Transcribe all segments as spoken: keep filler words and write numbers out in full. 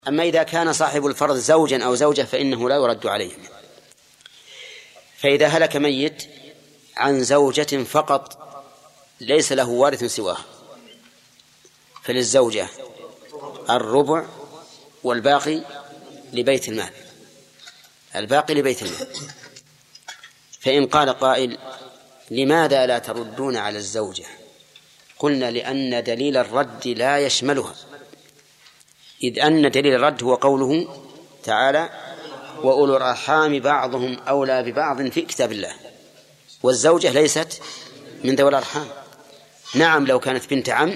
أما إذا كان صاحب الفرض زوجا أو زوجة فإنه لا يرد عليه. فإذا هلك ميت عن زوجة فقط ليس له وارث سواه فللزوجة الربع والباقي لبيت المال الباقي لبيت المال. فإن قال قائل لماذا لا تردون على الزوجة؟ قلنا لأن دليل الرد لا يشملها، إذ أن دليل الرد هو قوله تعالى وأولو الأرحام بعضهم أولى ببعض في كتاب الله، والزوجة ليست من ذوي الأرحام. نعم لو كانت بنت عم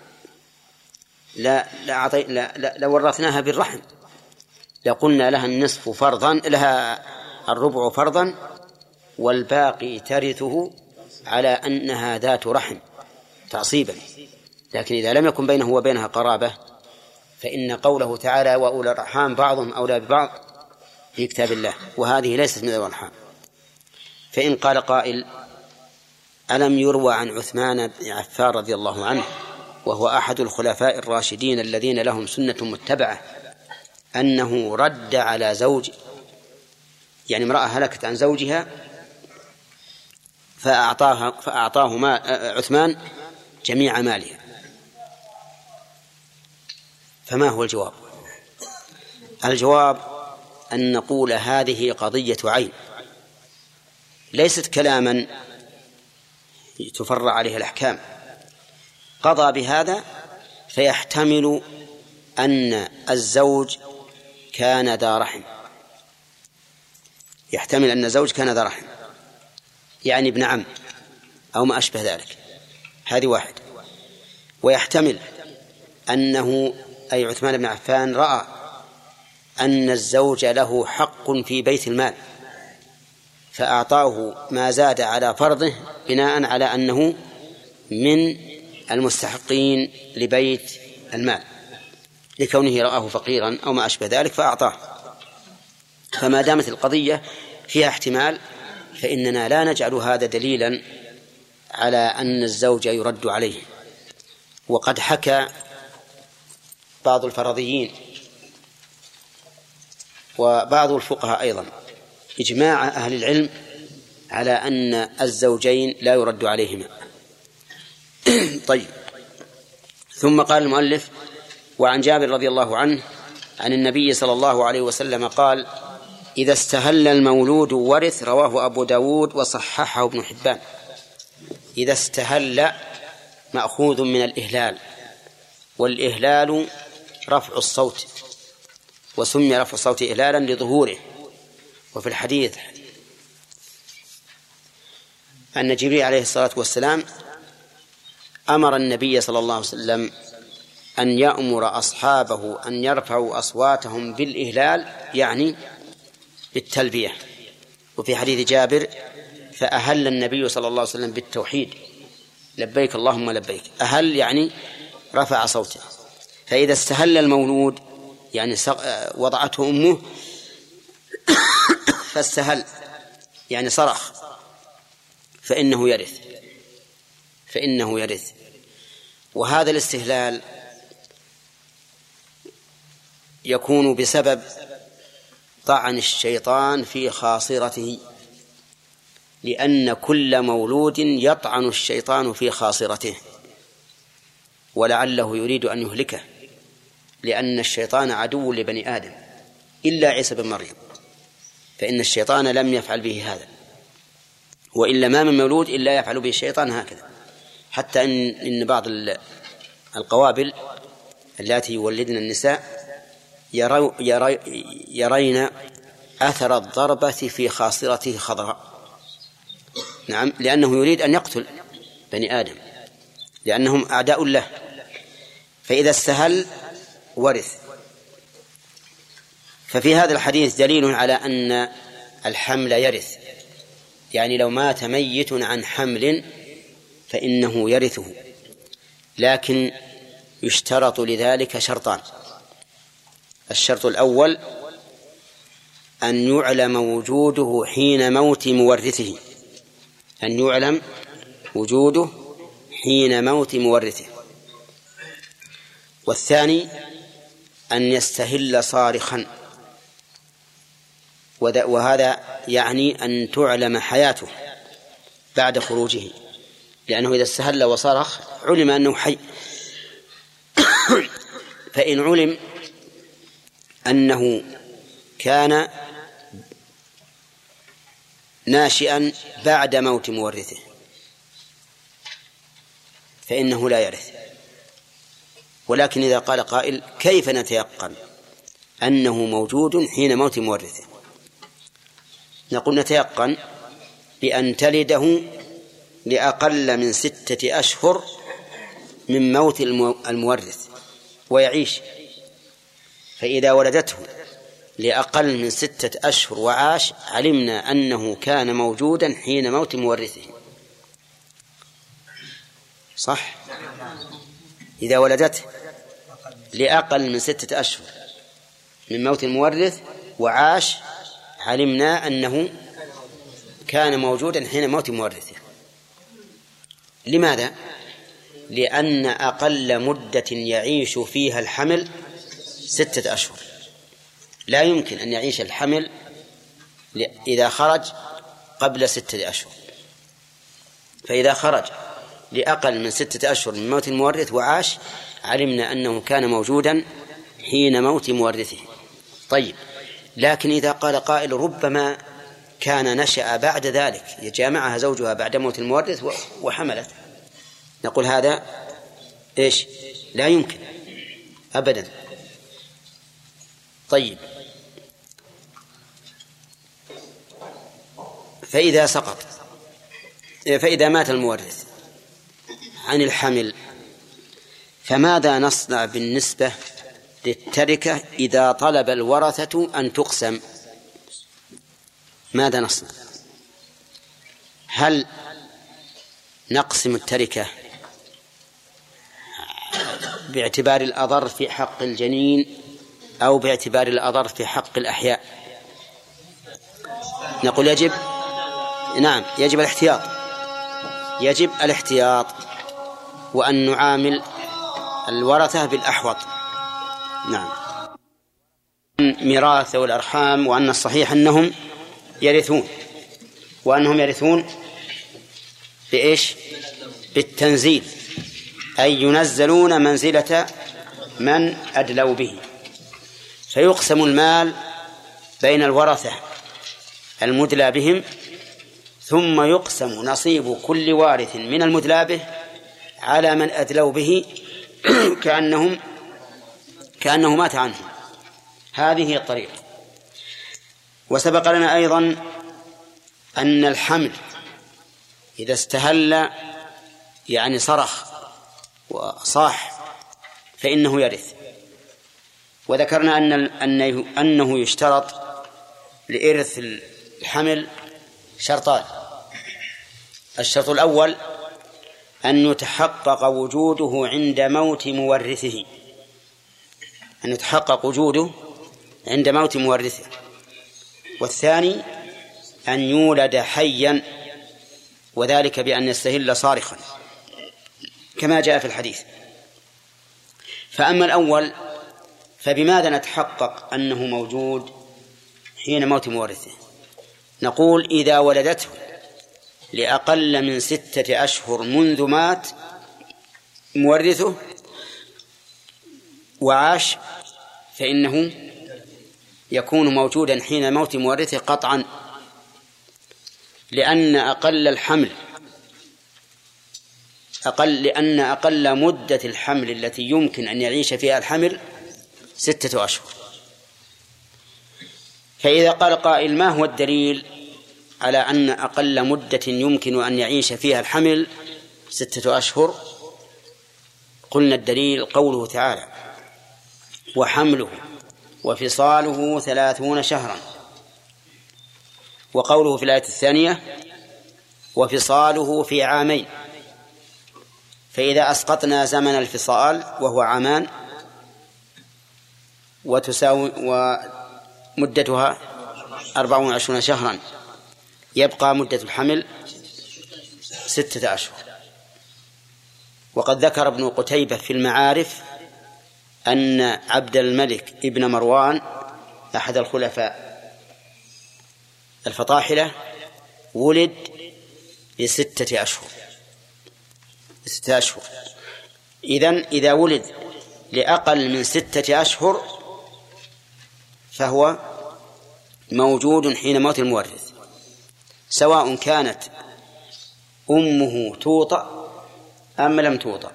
لا لا, عطي لا, لا, لا ورثناها بالرحم، لقلنا لها النصف فرضا، لها الربع فرضا والباقي ترثه على أنها ذات رحم تعصيبا. لكن إذا لم يكن بينه وبينها قرابة فإن قوله تعالى وأولو الأرحام بعضهم أولى ببعض في كتاب الله، وهذه ليست من ذوي الأرحام. فإن قال قائل ألم يروى عن عثمان بن عفان رضي الله عنه وهو أحد الخلفاء الراشدين الذين لهم سنة متبعة أنه رد على زوج، يعني امرأة هلكت عن زوجها فأعطاها فأعطاه ما عثمان جميع مالها، فما هو الجواب؟ الجواب أن نقول هذه قضية عين ليست كلاما تفرع عليه الأحكام. قضى بهذا فيحتمل أن الزوج كان ذا رحم، يحتمل أن الزوج كان ذا رحم يعني ابن عم أو ما أشبه ذلك، هذه واحد. ويحتمل أنه أي عثمان بن عفان رأى أن الزوج له حق في بيت المال فأعطاه ما زاد على فرضه بناء على أنه من المستحقين لبيت المال لكونه رآه فقيرا أو ما أشبه ذلك فأعطاه. فما دامت القضية فيها احتمال فإننا لا نجعل هذا دليلا على أن الزوج يرد عليه. وقد حكى بعض الفرضيين وبعض الفقهاء أيضا إجماع أهل العلم على أن الزوجين لا يرد عليهما. طيب، ثم قال المؤلف وعن جابر رضي الله عنه عن النبي صلى الله عليه وسلم قال إذا استهل المولود ورث، رواه أبو داود وصححه ابن حبان. إذا استهل مأخوذ من الإهلال، والإهلال رفع الصوت، وسمي رفع الصوت إهلالا لظهوره. وفي الحديث أن جبريل عليه الصلاة والسلام أمر النبي صلى الله عليه وسلم أن يأمر أصحابه أن يرفعوا أصواتهم بالإهلال يعني بالتلبية. وفي حديث جابر فأهل النبي صلى الله عليه وسلم بالتوحيد لبيك اللهم لبيك، أهل يعني رفع صوته. فإذا استهل المولود يعني وضعته أمه فاستهل يعني صرخ فإنه يرث فإنه يرث وهذا الاستهلال يكون بسبب طعن الشيطان في خاصرته، لأن كل مولود يطعن الشيطان في خاصرته ولعله يريد أن يهلكه، لأن الشيطان عدو لبني آدم إلا عيسى بن مريم، فإن الشيطان لم يفعل به هذا، وإلا ما من مولود إلا يفعل به الشيطان هكذا. حتى إن, إن بعض القوابل التي يولدن النساء يرو يري يرين أثر الضربة في خاصرته خضراء، نعم، لأنه يريد أن يقتل بني آدم لأنهم أعداء له. فإذا استهل ورث. ففي هذا الحديث دليل على أن الحمل يرث، يعني لو مات ميت عن حمل فإنه يرثه، لكن يشترط لذلك شرطان. الشرط الأول أن يعلم وجوده حين موت مورثه، أن يعلم وجوده حين موت مورثه. والثاني أن يستهل صارخا، وهذا يعني أن تعلم حياته بعد خروجه، لأنه إذا استهل وصرخ علم أنه حي. فإن علم أنه كان ناشئا بعد موت مورثه فإنه لا يرث. ولكن إذا قال قائل كيف نتيقن أنه موجود حين موت مورثه؟ نقول نتيقن بأن تلده لأقل من ستة أشهر من موت المورث ويعيش، فإذا ولدته لأقل من ستة أشهر وعاش علمنا أنه كان موجودا حين موت مورثه، صح؟ إذا ولدته لأقل من ستة أشهر من موت المورث وعاش علمنا أنه كان موجودا حين موت مورثه. لماذا؟ لأن أقل مدة يعيش فيها الحمل ستة أشهر، لا يمكن أن يعيش الحمل إذا خرج قبل ستة أشهر. فإذا خرج لأقل من ستة أشهر من موت المورث وعاش علمنا أنه كان موجودا حين موت مورثه. طيب، لكن إذا قال قائل ربما كان نشأ بعد ذلك، جامعها زوجها بعد موت المورث وحملت، نقول هذا إيش؟ لا يمكن أبدا. طيب، فإذا سقط فإذا مات المورث عن الحمل فماذا نصنع بالنسبة للتركة إذا طلب الورثة أن تقسم؟ ماذا نصنع؟ هل نقسم التركة باعتبار الأضر في حق الجنين أو باعتبار الأضر في حق الأحياء؟ نقول يجب نعم يجب الاحتياط يجب الاحتياط وأن نعامل الورثة بالأحوط. نعم، ميراث والأرحام، وأن الصحيح أنهم يرثون، وأنهم يرثون بإيش؟ بالتنزيل، أي ينزلون منزلة من أدلوا به، فيقسم المال بين الورثة المدلى بهم، ثم يقسم نصيب كل وارث من المدلى به على من أدلوا به كأنهم كأنه مات عنه. هذه هي الطريقة. وسبق لنا أيضا أن الحمل إذا استهل يعني صرخ وصاح فإنه يرث، وذكرنا أن أنه أنه يشترط لإرث الحمل شرطان. الشرط الأول أن يتحقق وجوده عند موت مورثه، أن يتحقق وجوده عند موت مورثه. والثاني أن يولد حيا، وذلك بأن يستهل صارخا كما جاء في الحديث. فأما الأول فبماذا نتحقق أنه موجود حين موت مورثه؟ نقول إذا ولدته لأقل من ستة أشهر منذ مات مورثه وعاش فإنه يكون موجودا حين موت مورثه قطعا، لأن أقل الحمل أقل لأن أقل مدة الحمل التي يمكن أن يعيش فيها الحمل ستة أشهر. فإذا قال قائل ما هو الدليل على أن أقل مدة يمكن أن يعيش فيها الحمل ستة أشهر؟ قلنا الدليل قوله تعالى وحمله وفصاله ثلاثون شهرا، وقوله في الآية الثانية وفصاله في عامين. فإذا أسقطنا زمن الفصال وهو عامان وتساوي ومدتها أربعون وعشرون شهرا يبقى مدة الحمل ستة أشهر. وقد ذكر ابن قتيبة في المعارف أن عبد الملك ابن مروان أحد الخلفاء الفطاحلة ولد لستة أشهر ستة أشهر إذن إذا ولد لأقل من ستة أشهر فهو موجود حين موت المورث، سواء كانت أمه توطأ أم لم توطأ.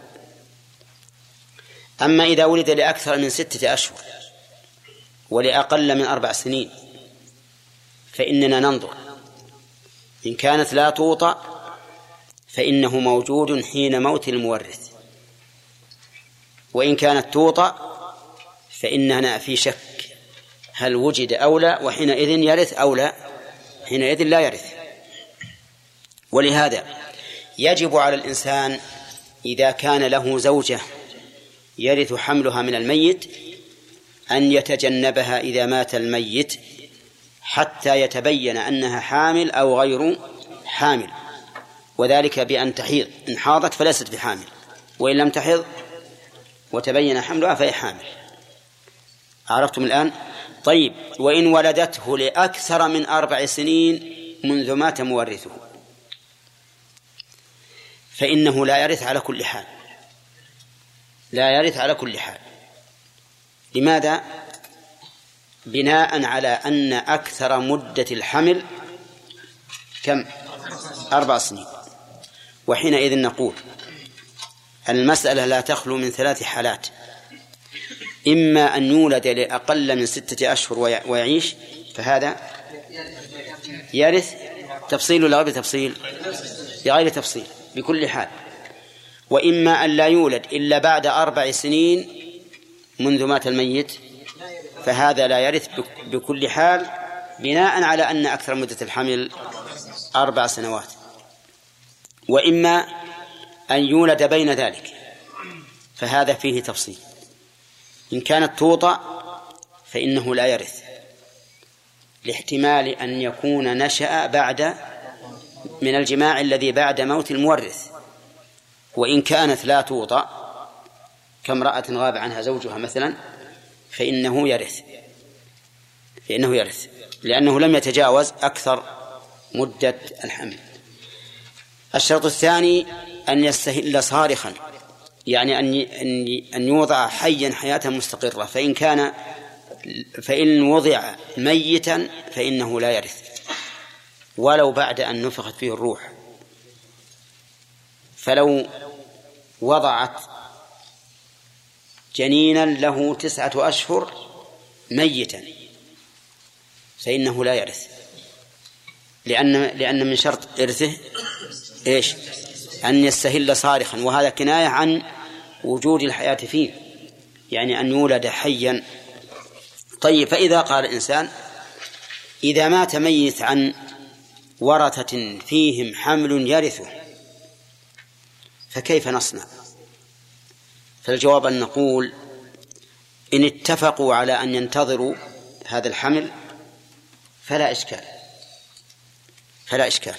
أما إذا ولد لأكثر من ستة أشهر ولأقل من أربع سنين فإننا ننظر، إن كانت لا توطأ فإنه موجود حين موت المورث، وإن كانت توطأ فإننا في شك هل وجد أو لا، وحينئذ يرث أو لا، حينئذ لا يرث. ولهذا يجب على الإنسان إذا كان له زوجة يرث حملها من الميت أن يتجنبها إذا مات الميت حتى يتبين أنها حامل أو غير حامل، وذلك بأن تحيض، إن حاضت فليست بحامل، وإن لم تحض وتبين حملها فهي حامل. عرفتم الآن؟ طيب، وإن ولدته لأكثر من أربع سنين منذ مات مورثه فإنه لا يرث على كل حال، لا يرث على كل حال. لماذا؟ بناء على أن أكثر مدة الحمل كم؟ أربع سنين. وحينئذ نقول المسألة لا تخلو من ثلاث حالات: إما أن يولد لأقل من ستة أشهر ويعيش فهذا يرث تفصيل ولا غير تفصيل؟ بغير تفصيل بكل حال. وإما أن لا يولد إلا بعد أربع سنين منذ مات الميت فهذا لا يرث بكل حال، بناء على أن أكثر مدة الحمل أربع سنوات. وإما أن يولد بين ذلك فهذا فيه تفصيل: إن كانت توطأ فإنه لا يرث لاحتمال أن يكون نشأ بعد من الجماع الذي بعد موت المورث. وإن كانت لا توطأ كامرأة غاب عنها زوجها مثلا فإنه يرث فإنه يرث لأنه لم يتجاوز أكثر مدة الحمل. الشرط الثاني أن يستهل صارخا، يعني أن يوضع حيا حياة مستقرة، فإن كان فإن وضع ميتا فإنه لا يرث ولو بعد أن نفخت فيه الروح. فلو وضعت جنينا له تسعة أشهر ميتا فإنه لا يرث، لأن لأن من شرط إرثه إيش؟ أن يستهل صارخا، وهذا كناية عن وجود الحياة فيه، يعني أن يولد حيا. طيب، فإذا قال الإنسان إذا مات ميت عن ورثة فيهم حمل يرثه فكيف نصنع؟ فالجواب أن نقول إن اتفقوا على أن ينتظروا هذا الحمل فلا إشكال فلا إشكال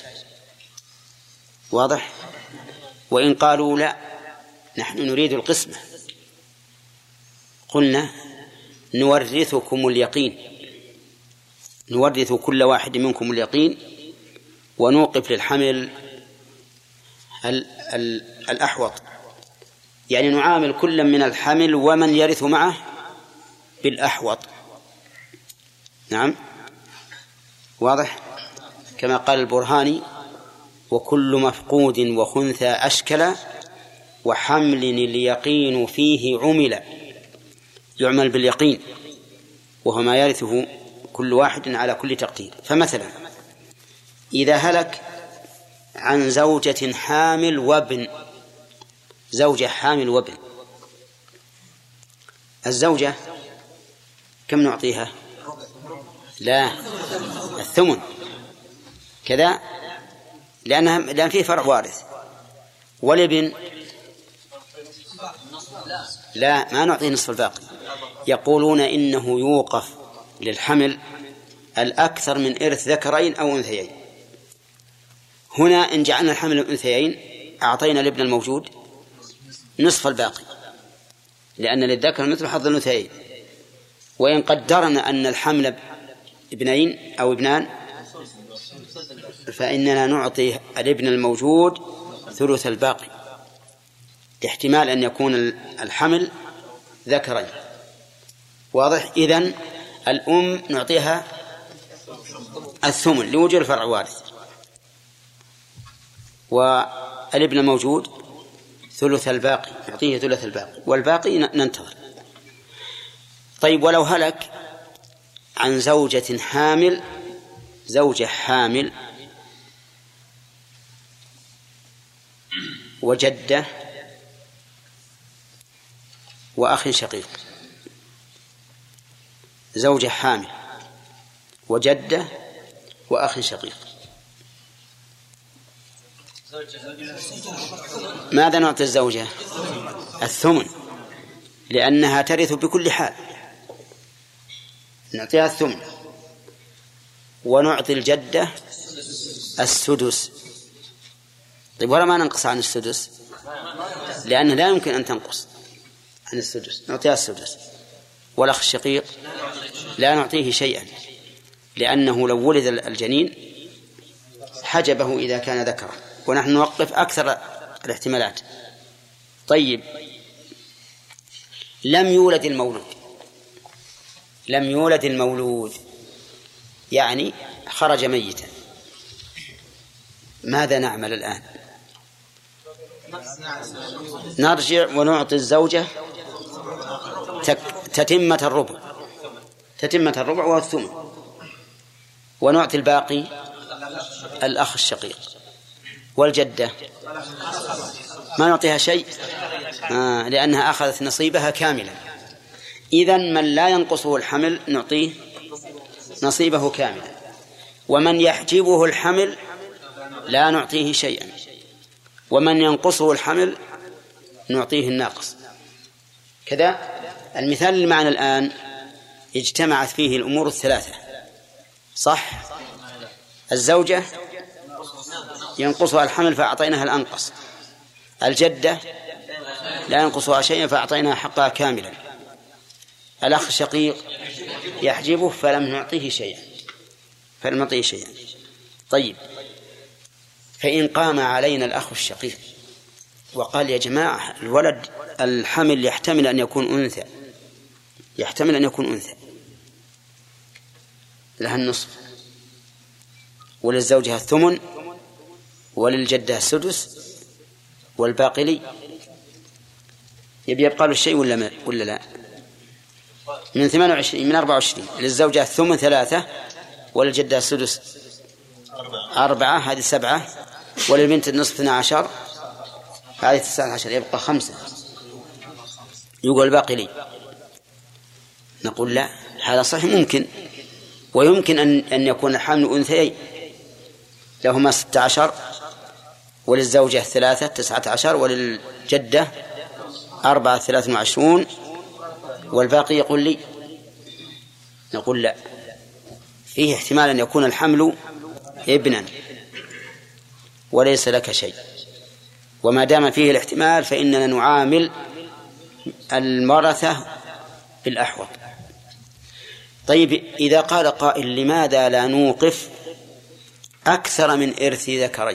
واضح. وإن قالوا لا نحن نريد القسمة قلنا نورثكم اليقين، نورث كل واحد منكم اليقين ونوقف للحمل ال ال الأحوط، يعني نعامل كل من الحمل ومن يرث معه بالأحوط. نعم واضح، كما قال البرهاني: وكل مفقود وخنثى أشكل وحمل اليقين فيه عمل. يعمل باليقين وهو ما يرثه كل واحد على كل تقدير. فمثلا إذا هلك عن زوجة حامل وابن، زوجة حامل وابن، الزوجة كم نعطيها؟ لا، الثمن كذا، لأنها لأن فيه فرع وارث. والابن لا، ما نعطيه نصف الباقي. يقولون إنه يوقف للحمل الأكثر من إرث ذكرين أو أنثيين. هنا إن جعلنا الحمل أنثيين أعطينا الابن الموجود نصف الباقي، لأن للذكر مثل حظ الأنثيين. وإن قدرنا أن الحمل ابنين أو ابنان فإننا نعطي الابن الموجود ثلث الباقي، احتمال أن يكون الحمل ذكرين. واضح؟ إذن الأم نعطيها الثمن لوجود الفرع وارث، والابن الموجود ثلث الباقي، نعطيه ثلث الباقي، والباقي ننتظر. طيب، ولو هلك عن زوجة حامل، زوجة حامل وجدة وأخ شقيق، زوجة حامل وجدة وأخ شقيق، ماذا نعطي الزوجة؟ الثمن، لأنها ترث بكل حال، نعطيها الثمن. ونعطي الجدة السدس. طيب، ولا ما ننقص عن السدس؟ لأنه لا يمكن أن تنقص عن السدس، نعطيها السدس. والأخ الشقيق لا نعطيه شيئا، لأنه لو ولد الجنين حجبه إذا كان ذكرا، ونحن نوقف أكثر الاحتمالات. طيب، لم يولد المولود، لم يولد المولود يعني خرج ميتا، ماذا نعمل الآن؟ نرجع ونعطي الزوجة تتمة الربع، تتمة الربع والثمن، ونعطي الباقي الأخ الشقيق. والجدة ما نعطيها شيء آه لأنها أخذت نصيبها كاملا. إذن من لا ينقصه الحمل نعطيه نصيبه كاملا، ومن يحجبه الحمل لا نعطيه شيئا، ومن ينقصه الحمل نعطيه الناقص. كذا المثال اللي معنا الآن اجتمعت فيه الأمور الثلاثة، صح؟ الزوجة ينقصها الحمل فأعطيناها الأنقص، الجدة لا ينقصها شيئا فأعطيناها حقها كاملا، الأخ الشقيق يحجبه فلم نعطيه شيئا فلم نعطيه شيئا. طيب، فإن قام علينا الأخ الشقيق وقال يا جماعة الولد الحمل يحتمل أن يكون أنثى، يحتمل أن يكون أنثى، لها النصف، وللزوجها الثمن، وللجدة السدس، والباقي لي. يبي يبقى له الشيء ولا ما ولا لا؟ من ثمانية وعشرين من أربعة وعشرين للزوجة الثمن ثلاثة، وللجدة السدس أربعة، هذه سبعة، وللبنت النصف اثنا عشر، هذه تسعة عشر، يبقى خمسة. يقول الباقي لي. نقول لا، هذا صحيح، ممكن، ويمكن أن أن يكون الحمل أنثيين، لهما ستة عشر، وللزوجة ثلاثة تسعة عشر، وللجدة أربعة ثلاث وعشرون، والباقي يقول لي. نقول لا، فيه احتمال أن يكون الحمل ابنا وليس لك شيء، وما دام فيه الاحتمال فإننا نعامل المورثة بالأحوط. طيب، إذا قال قائل لماذا لا نوقف أكثر من إرث ذكرين؟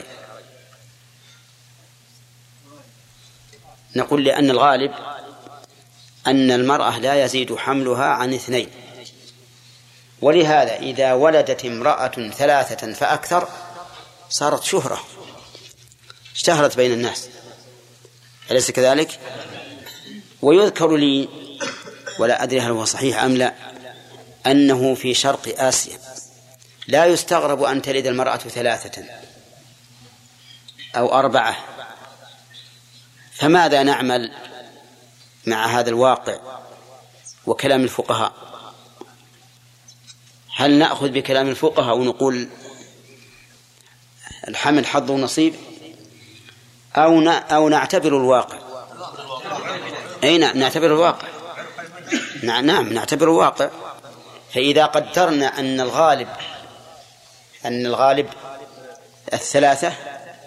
نقول لأن الغالب أن المرأة لا يزيد حملها عن اثنين، ولهذا إذا ولدت امرأة ثلاثة فأكثر صارت شهرة، اشتهرت بين الناس، أليس كذلك؟ ويذكر لي، ولا أدري هل هو صحيح أم لا، أنه في شرق آسيا لا يستغرب أن تلد المرأة ثلاثة أو أربعة. فماذا نعمل مع هذا الواقع وكلام الفقهاء؟ هل نأخذ بكلام الفقهاء ونقول الحمل حظ ونصيب، أو أو نعتبر الواقع؟ أي نعم، نعتبر الواقع. نعم، نعتبر الواقع. فإذا قدرنا أن الغالب أن الغالب الثلاثة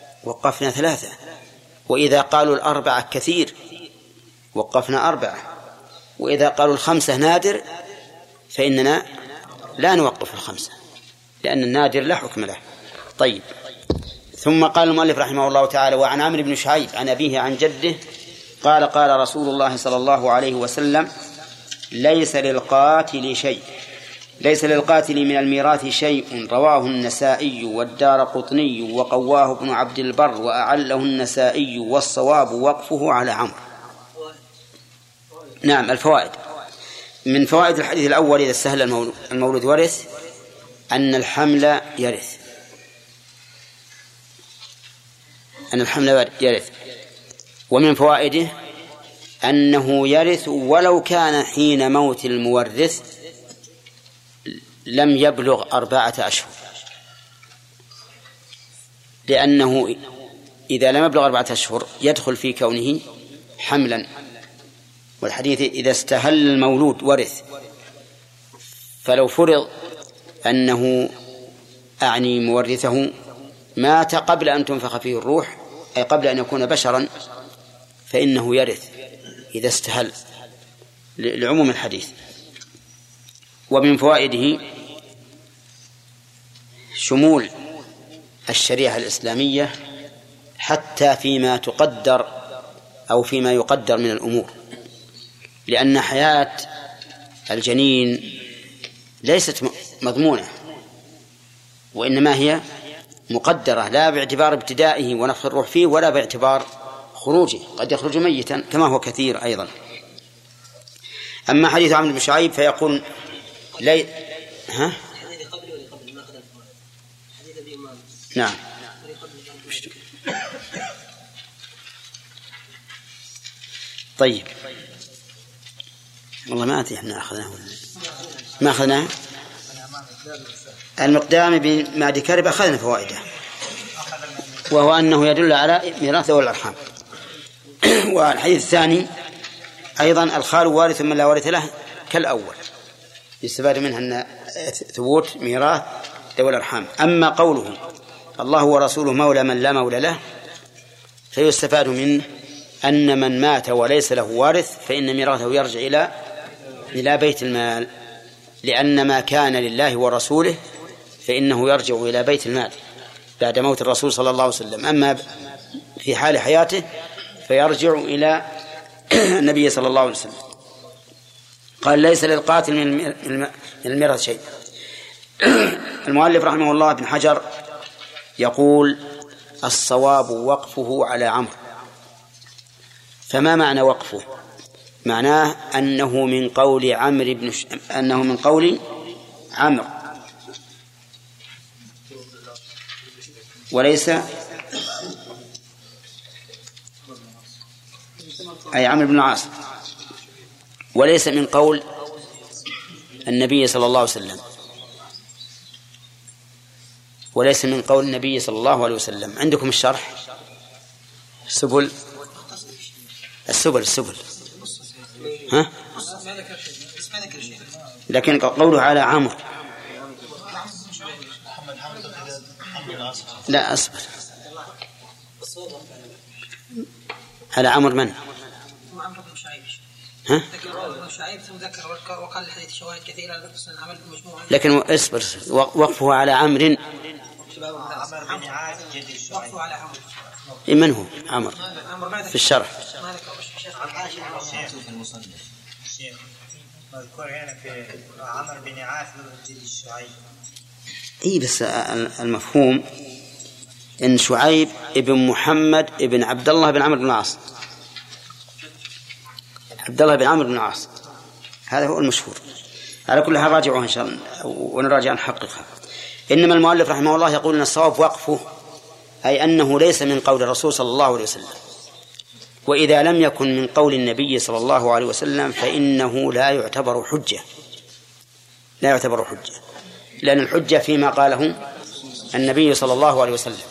وقفنا ثلاثة، وإذا قالوا الأربعة كثير وقفنا أربعة، وإذا قالوا الخمسة نادر فإننا لا نوقف الخمسة، لأن النادر لا حكم له. طيب، ثم قال المؤلف رحمه الله تعالى: وعن عمرو بن شعيب عن أبيه عن جده قال: قال رسول الله صلى الله عليه وسلم: ليس للقاتل شيء ليس للقاتل من الميراث شيء. رواه النسائي والدارقطني وقواه ابن عبد البر وأعله النسائي، والصواب وقفه على عمرو. نعم، الفوائد: من فوائد الحديث الأول: إذا استهل المولود ورث، أن الحمل يرث أن الحمل يرث ومن فوائده أنه يرث ولو كان حين موت المورث لم يبلغ أربعة أشهر، لأنه إذا لم يبلغ أربعة أشهر يدخل في كونه حملا. والحديث إذا استهل المولود ورث، فلو فرض أنه أعني مورثه مات قبل أن تنفخ فيه الروح، أي قبل أن يكون بشرا، فإنه يرث إذا استهل، لعموم الحديث. ومن فوائده شمول الشريعة الإسلامية حتى فيما تقدر أو فيما يقدر من الأمور، لأن حياة الجنين ليست مضمونة، وإنما هي مقدرة، لا باعتبار ابتدائه ونفخ الروح فيه ولا باعتبار خروجه، قد يخرج ميتا كما هو كثير أيضا. أما حديث عمرو بن شعيب فيقول لي... ها؟ نعم. طيب، والله ما أتي احنا أخذناه ما أخذناه المقدام بمعد كرب أخذنا فوائده، وهو أنه يدل على ميراث ذوي الأرحام. والحديث الثاني أيضا: الخال وارث من لا وارث له كالأول، يستفاد منها أن ثبوت ميراث ذوي الأرحام. أما قوله: الله ورسوله مولى من لا مولى له، فيستفاد منه أن من مات وليس له وارث فإن ميراثه يرجع إلى إلى بيت المال، لأن ما كان لله ورسوله فإنه يرجع إلى بيت المال بعد موت الرسول صلى الله عليه وسلم. أما في حال حياته فيرجع إلى النبي صلى الله عليه وسلم. قال: ليس للقاتل من الميراث شيء. المؤلف رحمه الله بن حجر يقول: الصواب وقفه على عمرو. فما معنى وقفه؟ معناه أنه من قول عمرو بن ش... أنه من قول عمرو وليس أي عمرو بن العاص، وليس من قول النبي صلى الله عليه وسلم وليس من قول النبي صلى الله عليه وسلم. عندكم الشرح سبل السبل السبل ها؟ لكن قوله على عمرو لا أصبر على عمرو من؟ عمرو بن شعيب. ها؟ ذكر شعيب ثم ذكر وقال الحديث شواهد كثيرة لحسن العمل المجموعة. لكن اصبر، وقفه على عمرو. وقفه على عمرو. من هو عمرو؟ في الشرح. في المصنف مذكور هنا في عمرو بن عاص جد الشعيب. اي بس المفهوم ان شعيب ابن محمد ابن عبد الله بن عمرو بن العاص، عبد الله بن عمرو بن العاص، هذا هو المشهور. على كل حال راجعوها ان شاء الله ونراجع نحققها. انما المؤلف رحمه الله يقول ان الصواب وقفه، اي انه ليس من قول الرسول صلى الله عليه وسلم، وإذا لم يكن من قول النبي صلى الله عليه وسلم فإنه لا يعتبر حجة لا يعتبر حجة لأن الحجة فيما قاله النبي صلى الله عليه وسلم.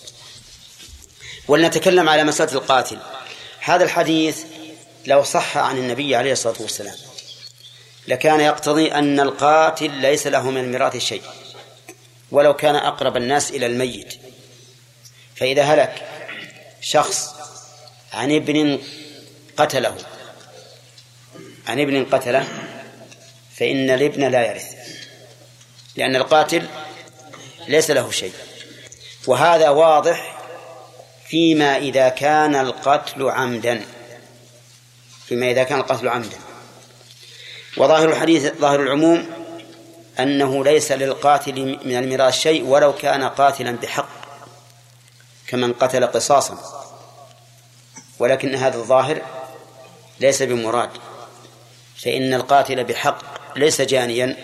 ولنتكلم على مسألة القاتل. هذا الحديث لو صح عن النبي عليه الصلاة والسلام لكان يقتضي أن القاتل ليس له من الميراث شيء ولو كان أقرب الناس إلى الميت. فإذا هلك شخص عن ابن قتله عن ابن قتله فإن الابن لا يرث، لأن القاتل ليس له شيء. وهذا واضح فيما إذا كان القتل عمدا فيما إذا كان القتل عمدا وظاهر الحديث ظاهر العموم أنه ليس للقاتل من الميراث شيء ولو كان قاتلا بحق كمن قتل قصاصا، ولكن هذا الظاهر ليس بمراد، فإن القاتل بحق ليس جانيا.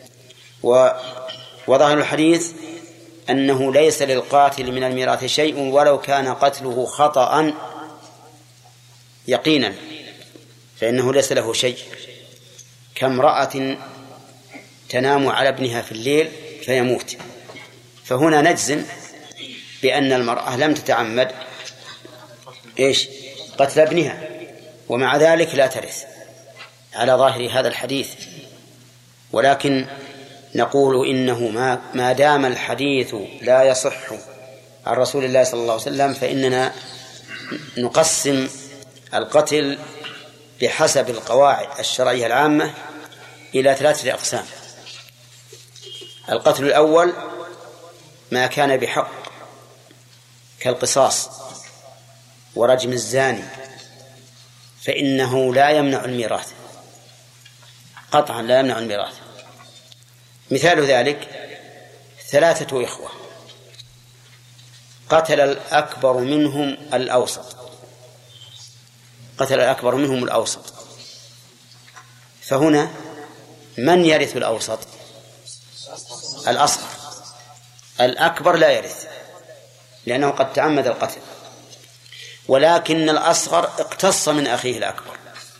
وظاهر الحديث أنه ليس للقاتل من الميراث شيء ولو كان قتله خطأ يقينا، فإنه ليس له شيء، كامرأة تنام على ابنها في الليل فيموت، فهنا نجزم بأن المرأة لم تتعمد إيش قتل ابنها، ومع ذلك لا ترث على ظاهر هذا الحديث. ولكن نقول إنه ما, ما دام الحديث لا يصح عن رسول الله صلى الله عليه وسلم فإننا نقسم القتل بحسب القواعد الشرعية العامة إلى ثلاثة أقسام. القتل الأول ما كان بحق كالقصاص ورجم الزاني، فإنه لا يمنع الميراث قطعا، لا يمنع الميراث. مثال ذلك ثلاثة إخوة قتل الأكبر منهم الأوسط قتل الأكبر منهم الأوسط فهنا من يرث الأوسط؟ الأصغر. الأكبر لا يرث لأنه قد تعمد القتل، ولكن الأصغر اقتص من أخيه الأكبر،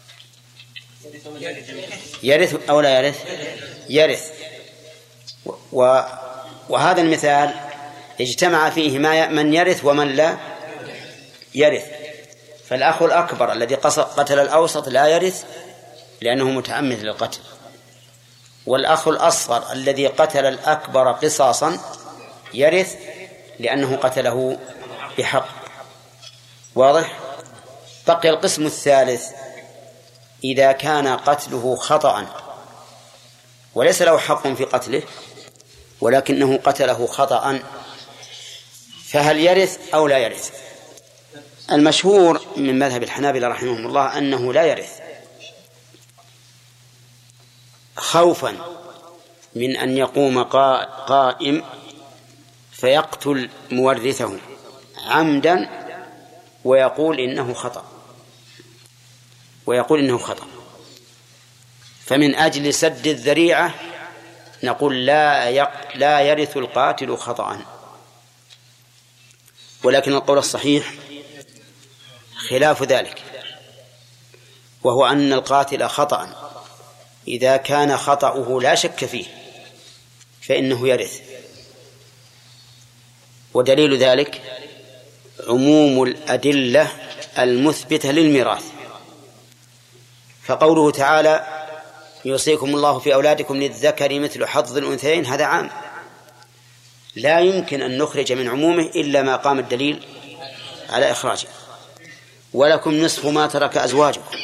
يرث أو لا يرث؟ يرث. و... وهذا المثال اجتمع فيه ما من يرث ومن لا يرث، فالأخ الأكبر الذي قتل الأوسط لا يرث لأنه متعمد للقتل، والأخ الأصغر الذي قتل الأكبر قصاصا يرث لأنه قتله بحق. واضح؟ بقي القسم الثالث إذا كان قتله خطأ وليس له حق في قتله ولكنه قتله خطأ، فهل يرث أو لا يرث؟ المشهور من مذهب الحنابلة رحمهم الله أنه لا يرث، خوفا من أن يقوم قائم فيقتل مورثه عمدا ويقول إنه خطأ ويقول إنه خطأ فمن أجل سد الذريعة نقول لا يق... لا يرث القاتل خطأ. ولكن القول الصحيح خلاف ذلك، وهو أن القاتل خطأ إذا كان خطأه لا شك فيه فإنه يرث. ودليل ذلك عموم الأدلة المثبتة للميراث، فقوله تعالى يوصيكم الله في أولادكم للذكر مثل حظ الأنثيين هذا عام، لا يمكن أن نخرج من عمومه إلا ما قام الدليل على إخراجه. ولكم نصف ما ترك أزواجكم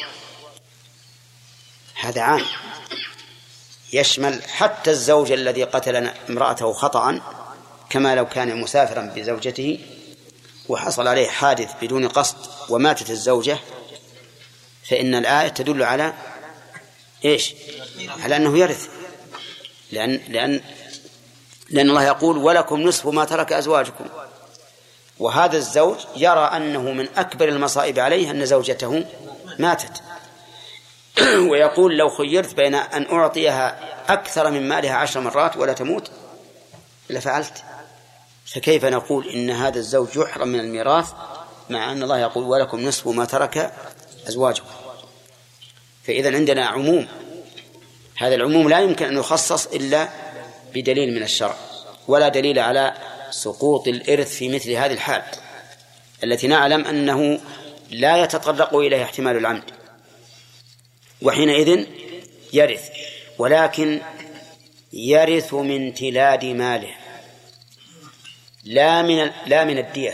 هذا عام، يشمل حتى الزوج الذي قتل امرأته خطأ، كما لو كان مسافرا بزوجته وحصل عليه حادث بدون قصد وماتت الزوجة، فإن الآية تدل على إيش؟ على أنه يرث، لأن, لأن, لأن الله يقول ولكم نصف ما ترك أزواجكم، وهذا الزوج يرى أنه من أكبر المصائب عليه أن زوجته ماتت ويقول لو خيرت بين أن أعطيها أكثر من مالها عشر مرات ولا تموت لفعلت. فكيف نقول إن هذا الزوج يحرم من الميراث مع أن الله يقول ولكم نصف ما ترك أزواجكم؟ فإذا عندنا عموم، هذا العموم لا يمكن أن يخصص إلا بدليل من الشرع، ولا دليل على سقوط الإرث في مثل هذه الحال التي نعلم أنه لا يتطرق إليه احتمال العمد، وحينئذ يرث، ولكن يرث من تلاد ماله لا من لا من الدية.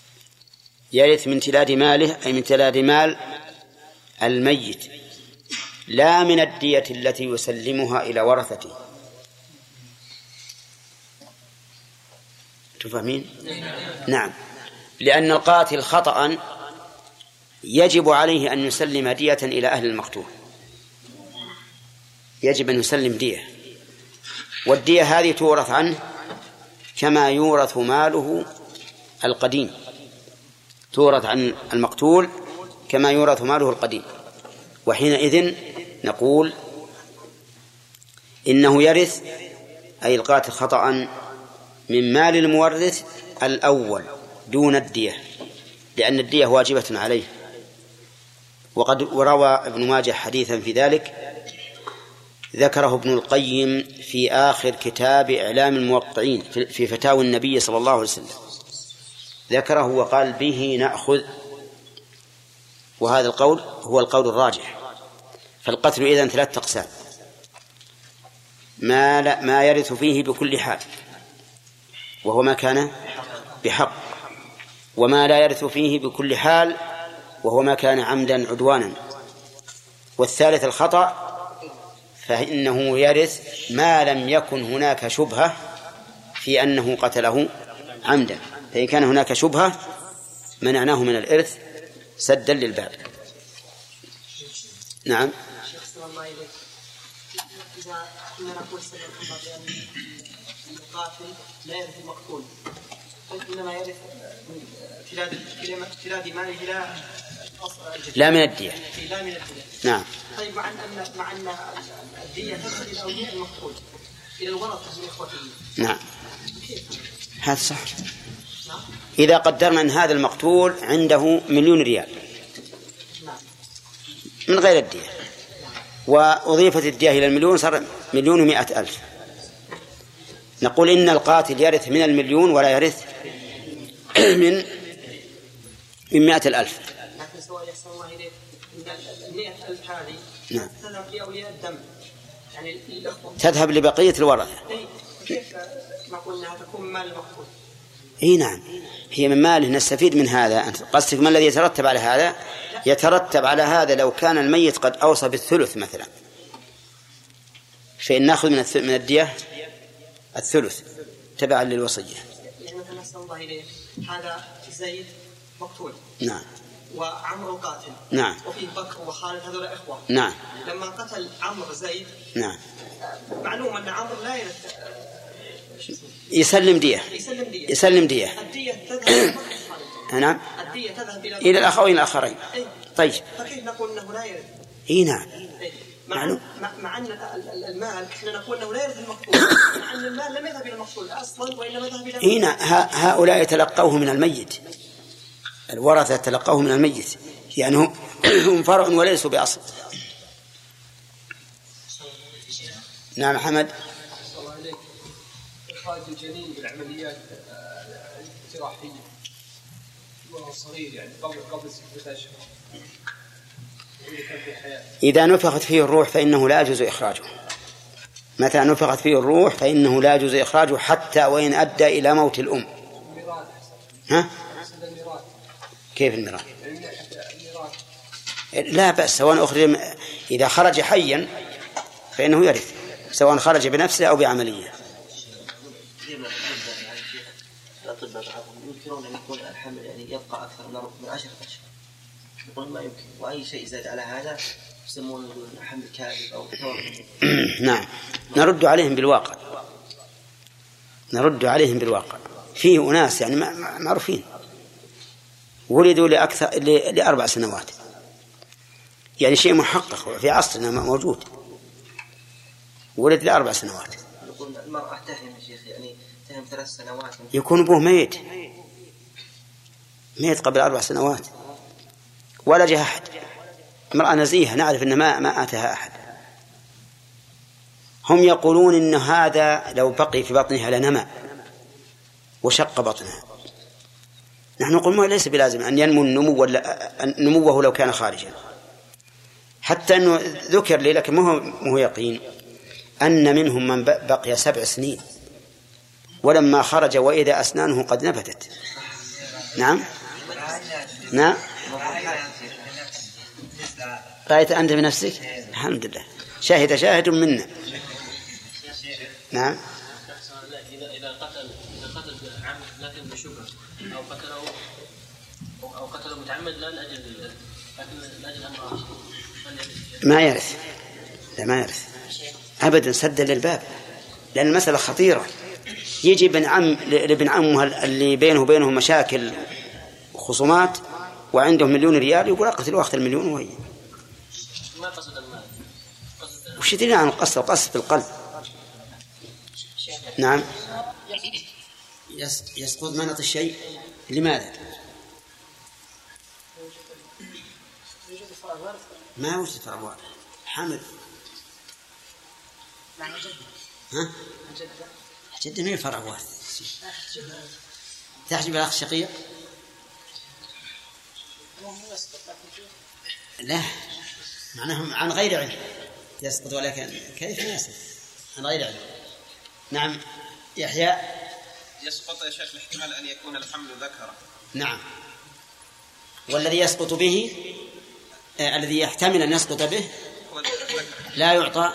يرث من تلاد ماله أي من تلاد مال الميت، لا من الدية التي يسلمها إلى ورثته. تفهمين؟ نعم، لأن القاتل خطأ يجب عليه أن يسلم دية إلى أهل المقتول، يجب أن يسلم دية، والدية هذه تورث عنه كما يورث ماله القديم، تورث عن المقتول كما يورث ماله القديم. وحينئذ نقول إنه يرث أي القاتل خطأ من مال المورث الأول دون الدية، لأن الدية واجبة عليه. وقد وروى ابن ماجه حديثا في ذلك ذكره ابن القيم في آخر كتاب إعلام الموقعين في فتاوى النبي صلى الله عليه وسلم، ذكره وقال به نأخذ، وهذا القول هو القول الراجح. فالقتل إذن ثلاث أقسام: ما, لا ما يرث فيه بكل حال وهو ما كان بحق، وما لا يرث فيه بكل حال وهو ما كان عمدا عدوانا، والثالث الخطأ فإنه يرث ما لم يكن هناك شبهة في أنه قتله عمدا، فإن كان هناك شبهة منعناه من الإرث سدا للباب. نعم. إذا كنا نقول سبب بأن القاتل لا يرث المقتول، إنما يرث امتداد ماله لا لا من الدية. لا من الدية. نعم. طيب مع أن مع أن الدية تذهب إلى أولياء المقتول إلى الورثة من إخوته. نعم. هذا صح. إذا قدرنا أن هذا المقتول عنده مليون ريال من غير الدية، وأضيفت الدية إلى المليون صار مليون ومائة ألف، نقول إن القاتل يرث من المليون ولا يرث من من مائة الألف. لكن سواء يحصل الله إليه المائة ألف هذه نعم. تذهب لأولياء الدم، يعني الأخوة تذهب لبقية الورثة. كيف ما قلنا تكون من مال المقتول؟ اي نعم، هي من ماله نستفيد من هذا. أنت قصدك ما الذي يترتب على هذا؟ يترتب على هذا لو كان الميت قد أوصى بالثلث مثلا، فإن نأخذ من من الدية الثلث تبعا للوصية. يعني مثلا نسأل الله إليه هذا زيد مقتول، نعم، وعمرو القاتل، نعم، وفيه بكر وخالد هذول إخوة، نعم. لما قتل عمرو زيد، نعم، معلوم أن عمرو لا يرث، يسلم دية، يسلم دية، يسلم دية. الدية تذهب نعم، الدية تذهب إلى إلى الأخوين الآخرين. طيب، فكيف نقول أنه لا يرث؟ إيه نعم، مع, مع أن المال إحنا نقول أنه لا يرث المقتول، مع أن المال لم يذهب إلى المقتول أصلا وإنما ذهب إلى إيه نعم. هؤلاء تلقوه من الميت، الورثة تلقوه من الميت، يعني هم فرع وليسوا بأصل. نعم حمد. الله عليك. إخراج الجنين بالعمليات الجراحية وهو صغير يعني قبل قبل ستة أشهر إذا نفخت فيه الروح فإنه لا يجوز إخراجه. متى نفخت فيه الروح فإنه لا يجوز إخراجه حتى وإن أدى إلى موت الأم. ها؟ كيف الميراث؟ لا بأس، سواء أخرج إذا خرج حيا فإنه يرث، سواء خرج بنفسه أو بعملية. الأطباء يمكنون أن يكون الحمل يعني يبقى أكثر من عشرة أشهر، يقول ما يمكن، وأي شيء زاد على هذا يسمونه حمل كاذب أو توهم. نعم، نرد عليهم بالواقع، نرد عليهم بالواقع. فيه أناس يعني معروفين ولدوا لأكثر لأربع سنوات، يعني شيء محقق في عصرنا موجود، ولد لأربع سنوات. يقول المرأة تهم يا شيخ، يعني تهم ثلاث سنوات، يكون أبوه ميت ميت قبل أربع سنوات ولا جاء أحد. امرأة نزيهة نعرف أن ما ما آتها أحد. هم يقولون إن هذا لو بقي في بطنها لنمى وشق بطنها. نحن نقول ما ليس بلازم أن ينمو النمو ولا نموه لو كان خارجا، حتى أنه ذكر لي لكن ما هو ما هو يقين أن منهم من بقي سبع سنين ولما خرج وإذا أسنانه قد نبتت. نعم نعم رأيت أنت بنفسك؟ الحمد لله. شاهد شاهد منا. نعم. إذا قتل إذا قتل عمد لكن بشبهة أو قتله أو قتله متعمد لا لأجل لكن لأجل أمر آخر ما يرث. لا ما يرث أبدا، سد للباب، لأن المسألة خطيرة. يجي ابن عم لابن عمه اللي بينه وبينه مشاكل وخصومات وعنده مليون ريال، يقول أقتل وأخذ المليون وهي ما قصد المال. وش يدري عن القصد؟ قصد القلب. نعم. يسقط منط الشيء لماذا؟ ما وجد فرع وارث. حمل ها؟ جد مين فرع وارث؟ تحجب الأخ شقيق؟ لا، معناهم عن غير علم يسقط، ولكن كيف يسقط عن غير علم؟ نعم. يحيى. يسقط يا شيخ الاحتمال أن يكون الحمل ذكرا. نعم. والذي يسقط به آه الذي يحتمل أن يسقط به لا يعطى.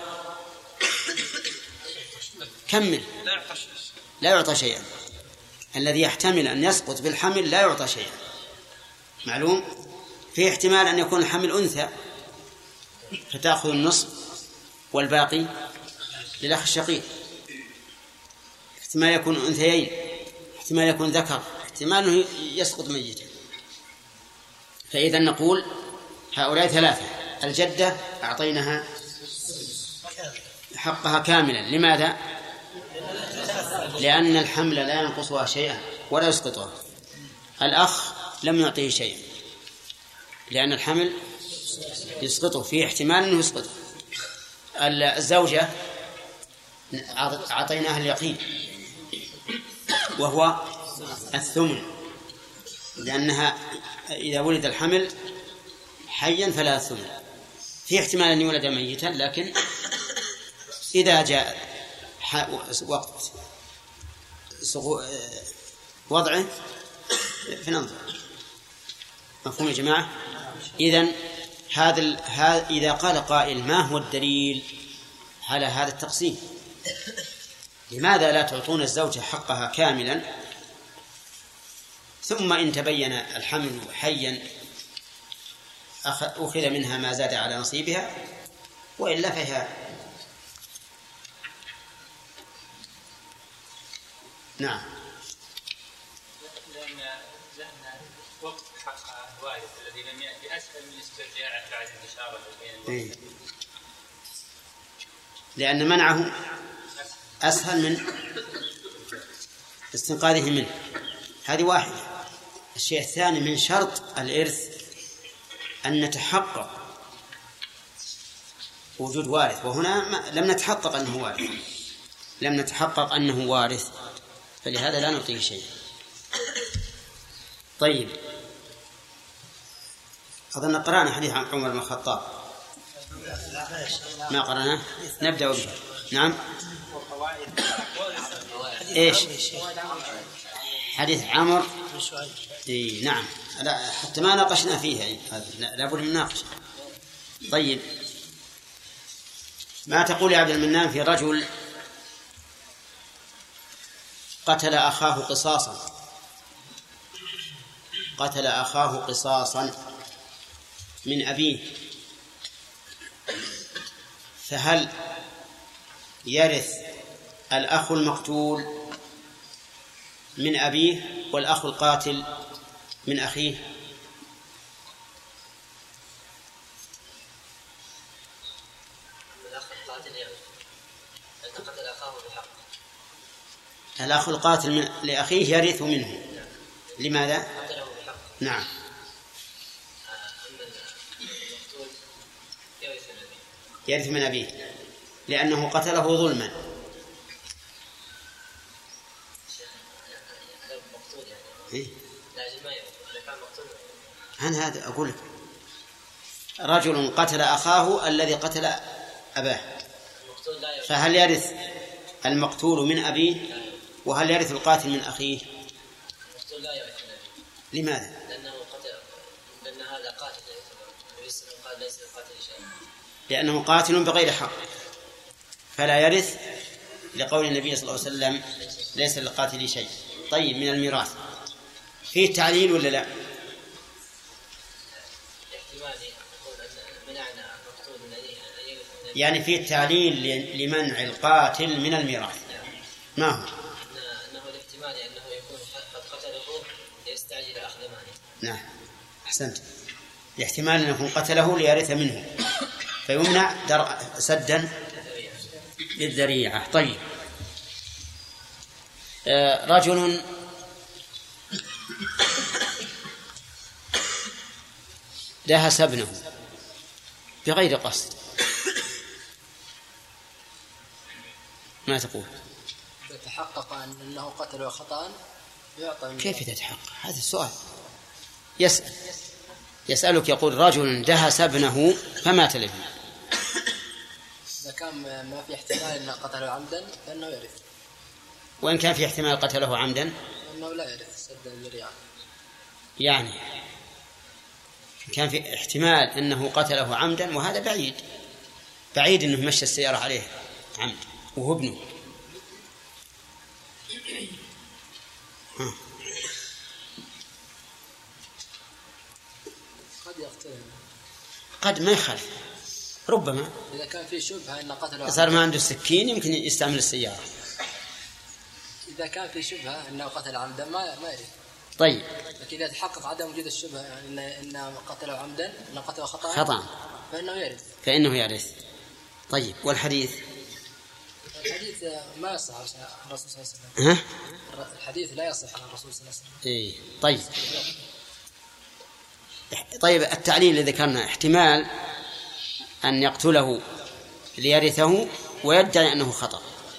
كمل. لا يعطى شيء. لا يعطى شيئا. الذي يحتمل أن يسقط بالحمل لا يعطى شيئا. معلوم. في احتمال أن يكون الحمل أنثى فتأخذ النصف والباقي للأخ الشقيق. احتمال يكون أنثيين، احتمال يكون ذكر، احتمال أنه يسقط ميتا. فإذا نقول هؤلاء ثلاثة. الجدة أعطيناها حقها كاملا. لماذا؟ لأن الحمل لا ينقصها شيئا ولا يسقطها. الأخ لم يعطيه شيئا لأن الحمل يسقطه، فيه احتمال أنه يسقطه. الزوجة أعطيناها اليقين وهو الثمن، لأنها إذا ولد الحمل حيا فلا الثمن. في احتمال أن يولد ميتا، لكن إذا جاء وقت وضعه فننظر. مفهوم يا جماعة؟ إذن هذا هذا إذا قال قائل ما هو الدليل على هذا التقسيم؟ لماذا لا تعطون الزوجة حقها كاملا ثم إن تبين الحمل حيا أخذ منها ما زاد على نصيبها، وإلا فهي نعم. لأن لأن وقت حق الوارث الذي لم يأتي أسهل من استرجاعه بعد انتشاره بين الوقت. لأن منعه أسهل من استنقاذه منه. هذه واحدة. الشيء الثاني من شرط الإرث أن نتحقق وجود وارث، وهنا لم نتحقق أنه وارث، لم نتحقق أنه وارث، فلهذا لا نعطيه شيء. طيب، أظن قرأنا حديث عن عمر بن الخطاب. ما قرأناه؟ نبدأ به. نعم. إيش؟ حديث عمر. إيه نعم. لا حتى ما ناقشنا فيها، لا بد من ناقش. طيب، ما تقول يا عبد المنان في رجل قتل أخاه قصاصا قتل أخاه قصاصا من أبيه، فهل يرث الأخ المقتول من أبيه والأخ القاتل من أخيه؟ الأخ القاتل من لأخيه يرث منه. لماذا؟ نعم. يرث من أبيه لأنه قتله ظلما. إيه؟ عن هذا أقول لك، رجل قتل أخاه الذي قتل أباه، فهل يرث المقتول من أبيه وهل يرث القاتل من أخيه؟ المقتول لا يرث من أبيه. لماذا؟ لأنه قتل، لأن هذا قاتل، النبي صلى الله عليه وسلم قال ليس القاتل شيء. لأنه قاتل بغير حق فلا يرث، لقول النبي صلى الله عليه وسلم ليس للقاتل شيء. طيب من الميراث فيه تعليل ولا لا؟ يعني فيه تعليل لمنع القاتل من الميراث. ما هو؟ أنه الاحتمال أنه يكون قد قتله ليستعجل أخذ ماله. نعم أحسنت، الاحتمال أن يكون قتله ليرث منه فيمنع سدا للذريعة. طيب آه رجل دهس ابنه بغير قصد، ما تقول؟ تتحقق أنه قتل خطأ يعطى. كيف تتحقق؟ هذا السؤال. يسأل يسألك يقول رجل دهس ابنه فمات الابن، إذا كان ما في احتمال أنه قتله عمدا فإنه يرث. وإن كان في احتمال قتله عمدا فإنه لا يرث سد الذريعة. يعني كان في احتمال أنه قتله عمدا، وهذا بعيد بعيد أنه مشى السيارة عليه عمد وهو ابنه. قد يقتله، قد ما يخالف، ربما إذا كان في شبهة أن قتله صار ما عنده سكين يمكن يستعمل السيارة. إذا كان في شبهة أنه قتل عمدا ما ما يرث. طيب لكن إذا تحقق عدم وجود الشبهة يعني أن أن قتله عمدا أن قتله خطأ خطأ فإنه يرث فإنه يرث. طيب والحديث؟ الحديث ما يصح عن الرسول صلى الله عليه وسلم. ها؟ الحديث لا يصح عن الرسول صلى الله عليه وسلم. إيه طيب. طيب التعليل إذا كان احتمال أن يقتله ليرثه ويدعي أنه خطأ،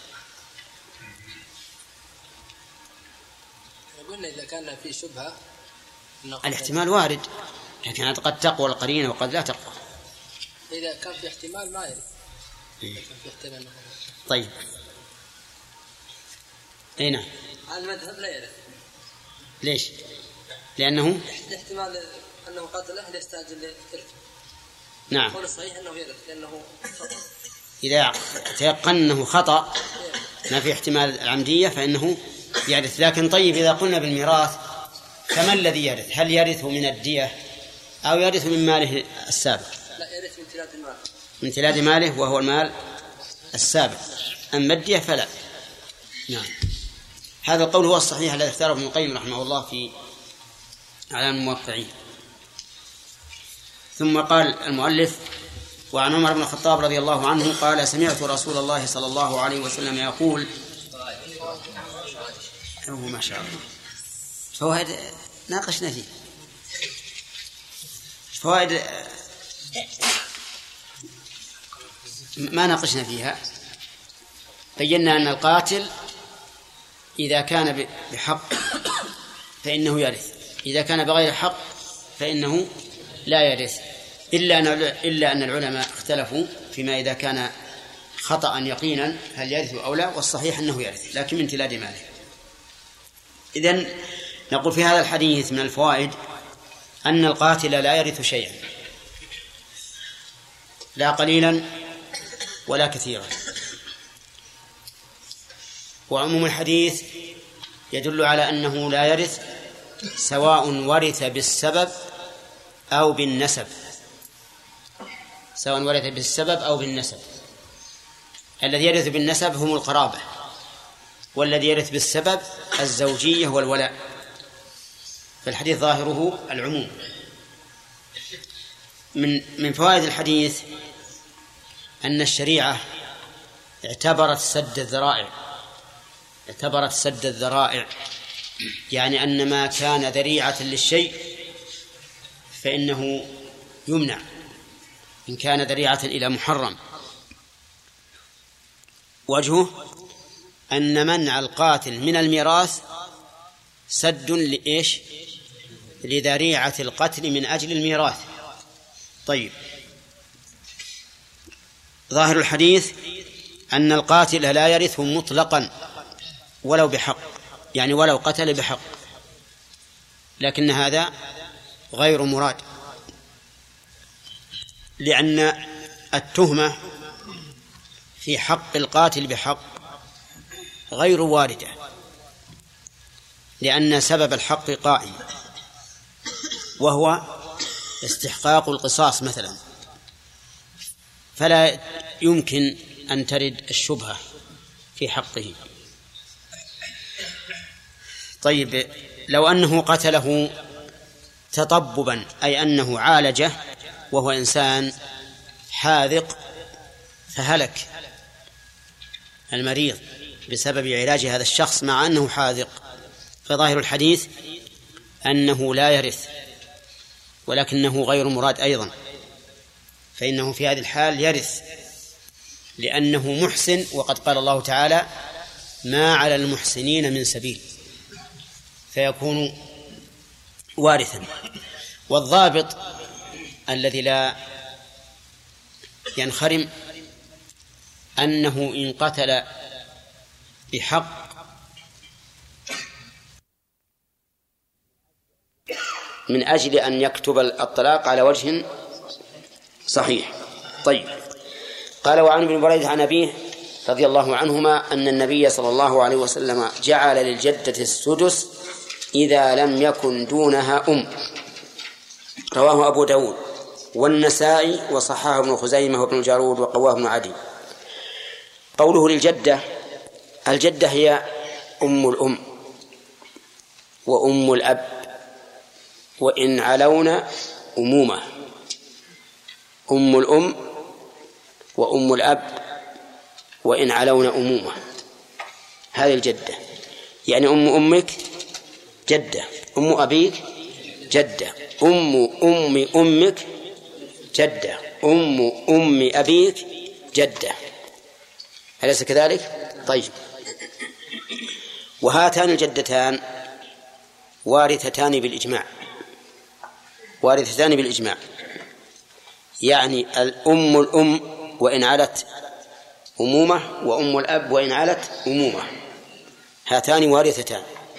قلنا إذا كان في شبهة الاحتمال وارد، لكن قد تقوى القرينة وقد لا تقوى. إذا كان في احتمال ما يرث. إيه. في احتمال. طيب أي نعم. المذهب لا يرث. ليش؟ لأنه احتمال أنه قتله ليستعجل لتركه. نعم. القول الصحيح أنه يرث لأنه خطأ. إذا تيقن أنه خطأ ما في احتمال العمدية فإنه يرث. لكن طيب إذا قلنا بالميراث فما الذي يرث؟ هل يرث من الدية أو يرث من ماله السابق؟ لا، يرث من تلاد المال. من تلاد ماله وهو المال السابق. أما الدية فلا. نعم. هذا القول هو الصحيح الذي اختاره ابن القيم رحمه الله في أعلام الموقعين. ثم قال المؤلف: وعن عمر بن الخطاب رضي الله عنه قال: سمعت رسول الله صلى الله عليه وسلم يقول. أوه ما شاء الله، فوائد ناقشنا فيه، فوائد ما ناقشنا فيها. بينا أن القاتل إذا كان بحق فإنه يرث، إذا كان بغير حق فإنه لا يرث، إلا أن إلا أن العلماء اختلفوا فيما إذا كان خطأ يقينا هل يرث أو لا، والصحيح أنه يرث لكن من تلاد ماله. إذن نقول في هذا الحديث من الفوائد أن القاتل لا يرث شيئا، لا قليلا ولا كثيرا. وعموم الحديث يدل على أنه لا يرث سواء ورث بالسبب أو بالنسب، سواء ورث بالسبب أو بالنسب. الذي يرث بالنسب هم القرابة، والذي يرث بالسبب الزوجية والولاء. فالحديث ظاهره العموم. من من فوائد الحديث أن الشريعة اعتبرت سد الذرائع، اعتبرت سد الذرائع يعني أن ما كان ذريعة للشيء فإنه يمنع إن كان ذريعة إلى محرم. وجهه أن منع القاتل من الميراث سد لإيش؟ لذريعة القتل من أجل الميراث. طيب، ظاهر الحديث أن القاتل لا يرثه مطلقا ولو بحق، يعني ولو قتل بحق، لكن هذا غير مراد، لأن التهمة في حق القاتل بحق غير واردة، لأن سبب الحق قائم، وهو استحقاق القصاص مثلا، فلا يمكن أن ترد الشبهة في حقه. طيب، لو أنه قتله تطببا، أي أنه عالجه وهو إنسان حاذق فهلك المريض بسبب علاج هذا الشخص مع أنه حاذق، فظاهر الحديث أنه لا يرث، ولكنه غير مراد أيضا، فإنه في هذه الحال يرث لأنه محسن، وقد قال الله تعالى: ما على المحسنين من سبيل، فيكون وارثا. والضابط الذي لا ينخرم أنه إن قتل بحق من أجل أن يكتب الطلاق على وجه صحيح. طيب، قال: وعن ابن بريدة عن أبيه رضي الله عنهما أن النبي صلى الله عليه وسلم جعل للجدة السدس إذا لم يكن دونها أم. رواه أبو داود والنسائي وصححه ابن خزيمة وابن جارود وقواه ابن عدي. قوله للجدة، الجدة هي أم الأم وأم الأب، وإن علون أمومة. أم الأم وأم الأب وإن علون أمومة، هذه الجدة. يعني أم أمك جدة، أم أبيك جدة، أم أم أمك جدة، أم أم أبيك جدة، أليس كذلك؟ طيب، وهاتان الجدتان وارثتان بالإجماع، وارثتان بالإجماع، يعني الأم الأم وإن علت أمومة، وأم الأب وإن علت أمومة، هاتان وارثتان.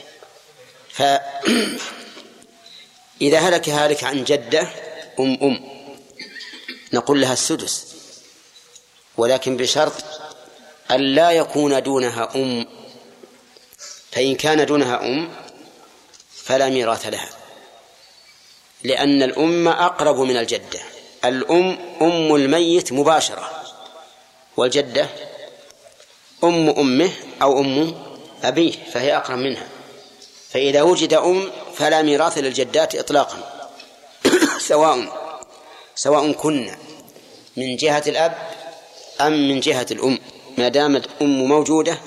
فإذا هلك هالك عن جدة أم أم نقول لها السدس، ولكن بشرط أن لا يكون دونها أم، فإن كان دونها أم فلا ميراث لها، لأن الأم أقرب من الجدة. الأم أم الميت مباشرة، والجدة أم أمه أو أم أبيه فهي أقرب منها، فإذا وجد أم فلا ميراث للجدات إطلاقا سواء سواء كنا من جهة الأب أم من جهة الأم، ما دامت أم موجودة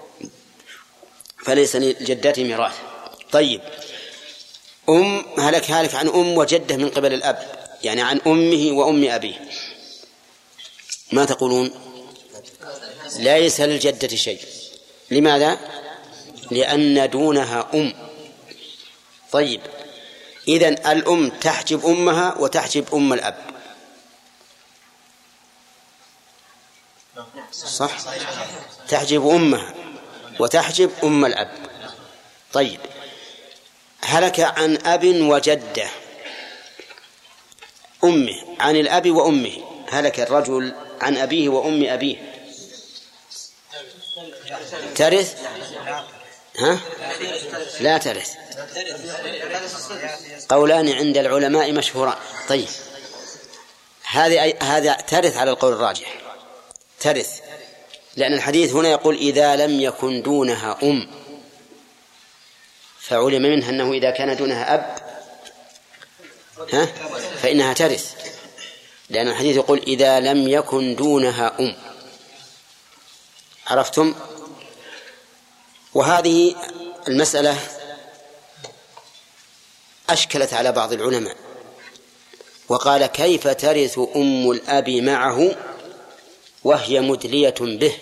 فليس للجدات ميراث. طيب، أم هلك هالك عن أم وجدة من قبل الأب، يعني عن أمه وأم أبيه، ما تقولون؟ ليس للجدة شيء. لماذا؟ لأن دونها أم. طيب، إذن الأم تحجب أمها وتحجب أم الأب، صح؟ تحجب أمها وتحجب أم الأب. طيب، هلك عن أب وجدة أمه، عن الأب وأمه، هلك الرجل عن أبيه وأم أبيه، ترث؟ ها؟ لا ترث. قولان عند العلماء مشهوران. طيب، هذه هذا ترث على القول الراجح، ترث، لأن الحديث هنا يقول إذا لم يكن دونها أم، فعلم منها أنه إذا كان دونها أب ها فإنها ترث، لأن الحديث يقول إذا لم يكن دونها أم. عرفتم؟ وهذه المسألة أشكلت على بعض العلماء، وقال كيف ترث أم الأب معه وهي مدلية به؟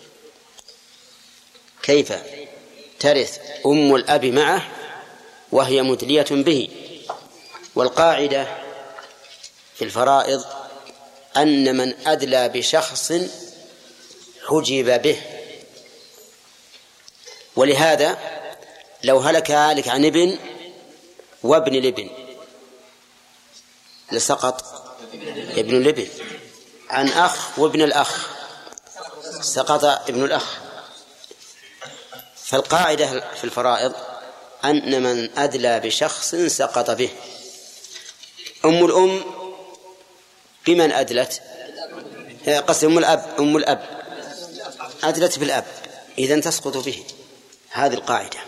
كيف ترث أم الأب معه وهي مدلية به؟ والقاعدة في الفرائض أن من أدلى بشخص حجب به، ولهذا لو هلك هالك عن ابن وابن الابن لسقط ابن الابن، عن أخ وابن الأخ سقط ابن الأخ. فالقاعدة في الفرائض أن من أدلى بشخص سقط به. أم الأم بمن أدلت؟ قصد أم الأب أم الأب أدلت بالأب، إذن تسقط به. هذه القاعدة.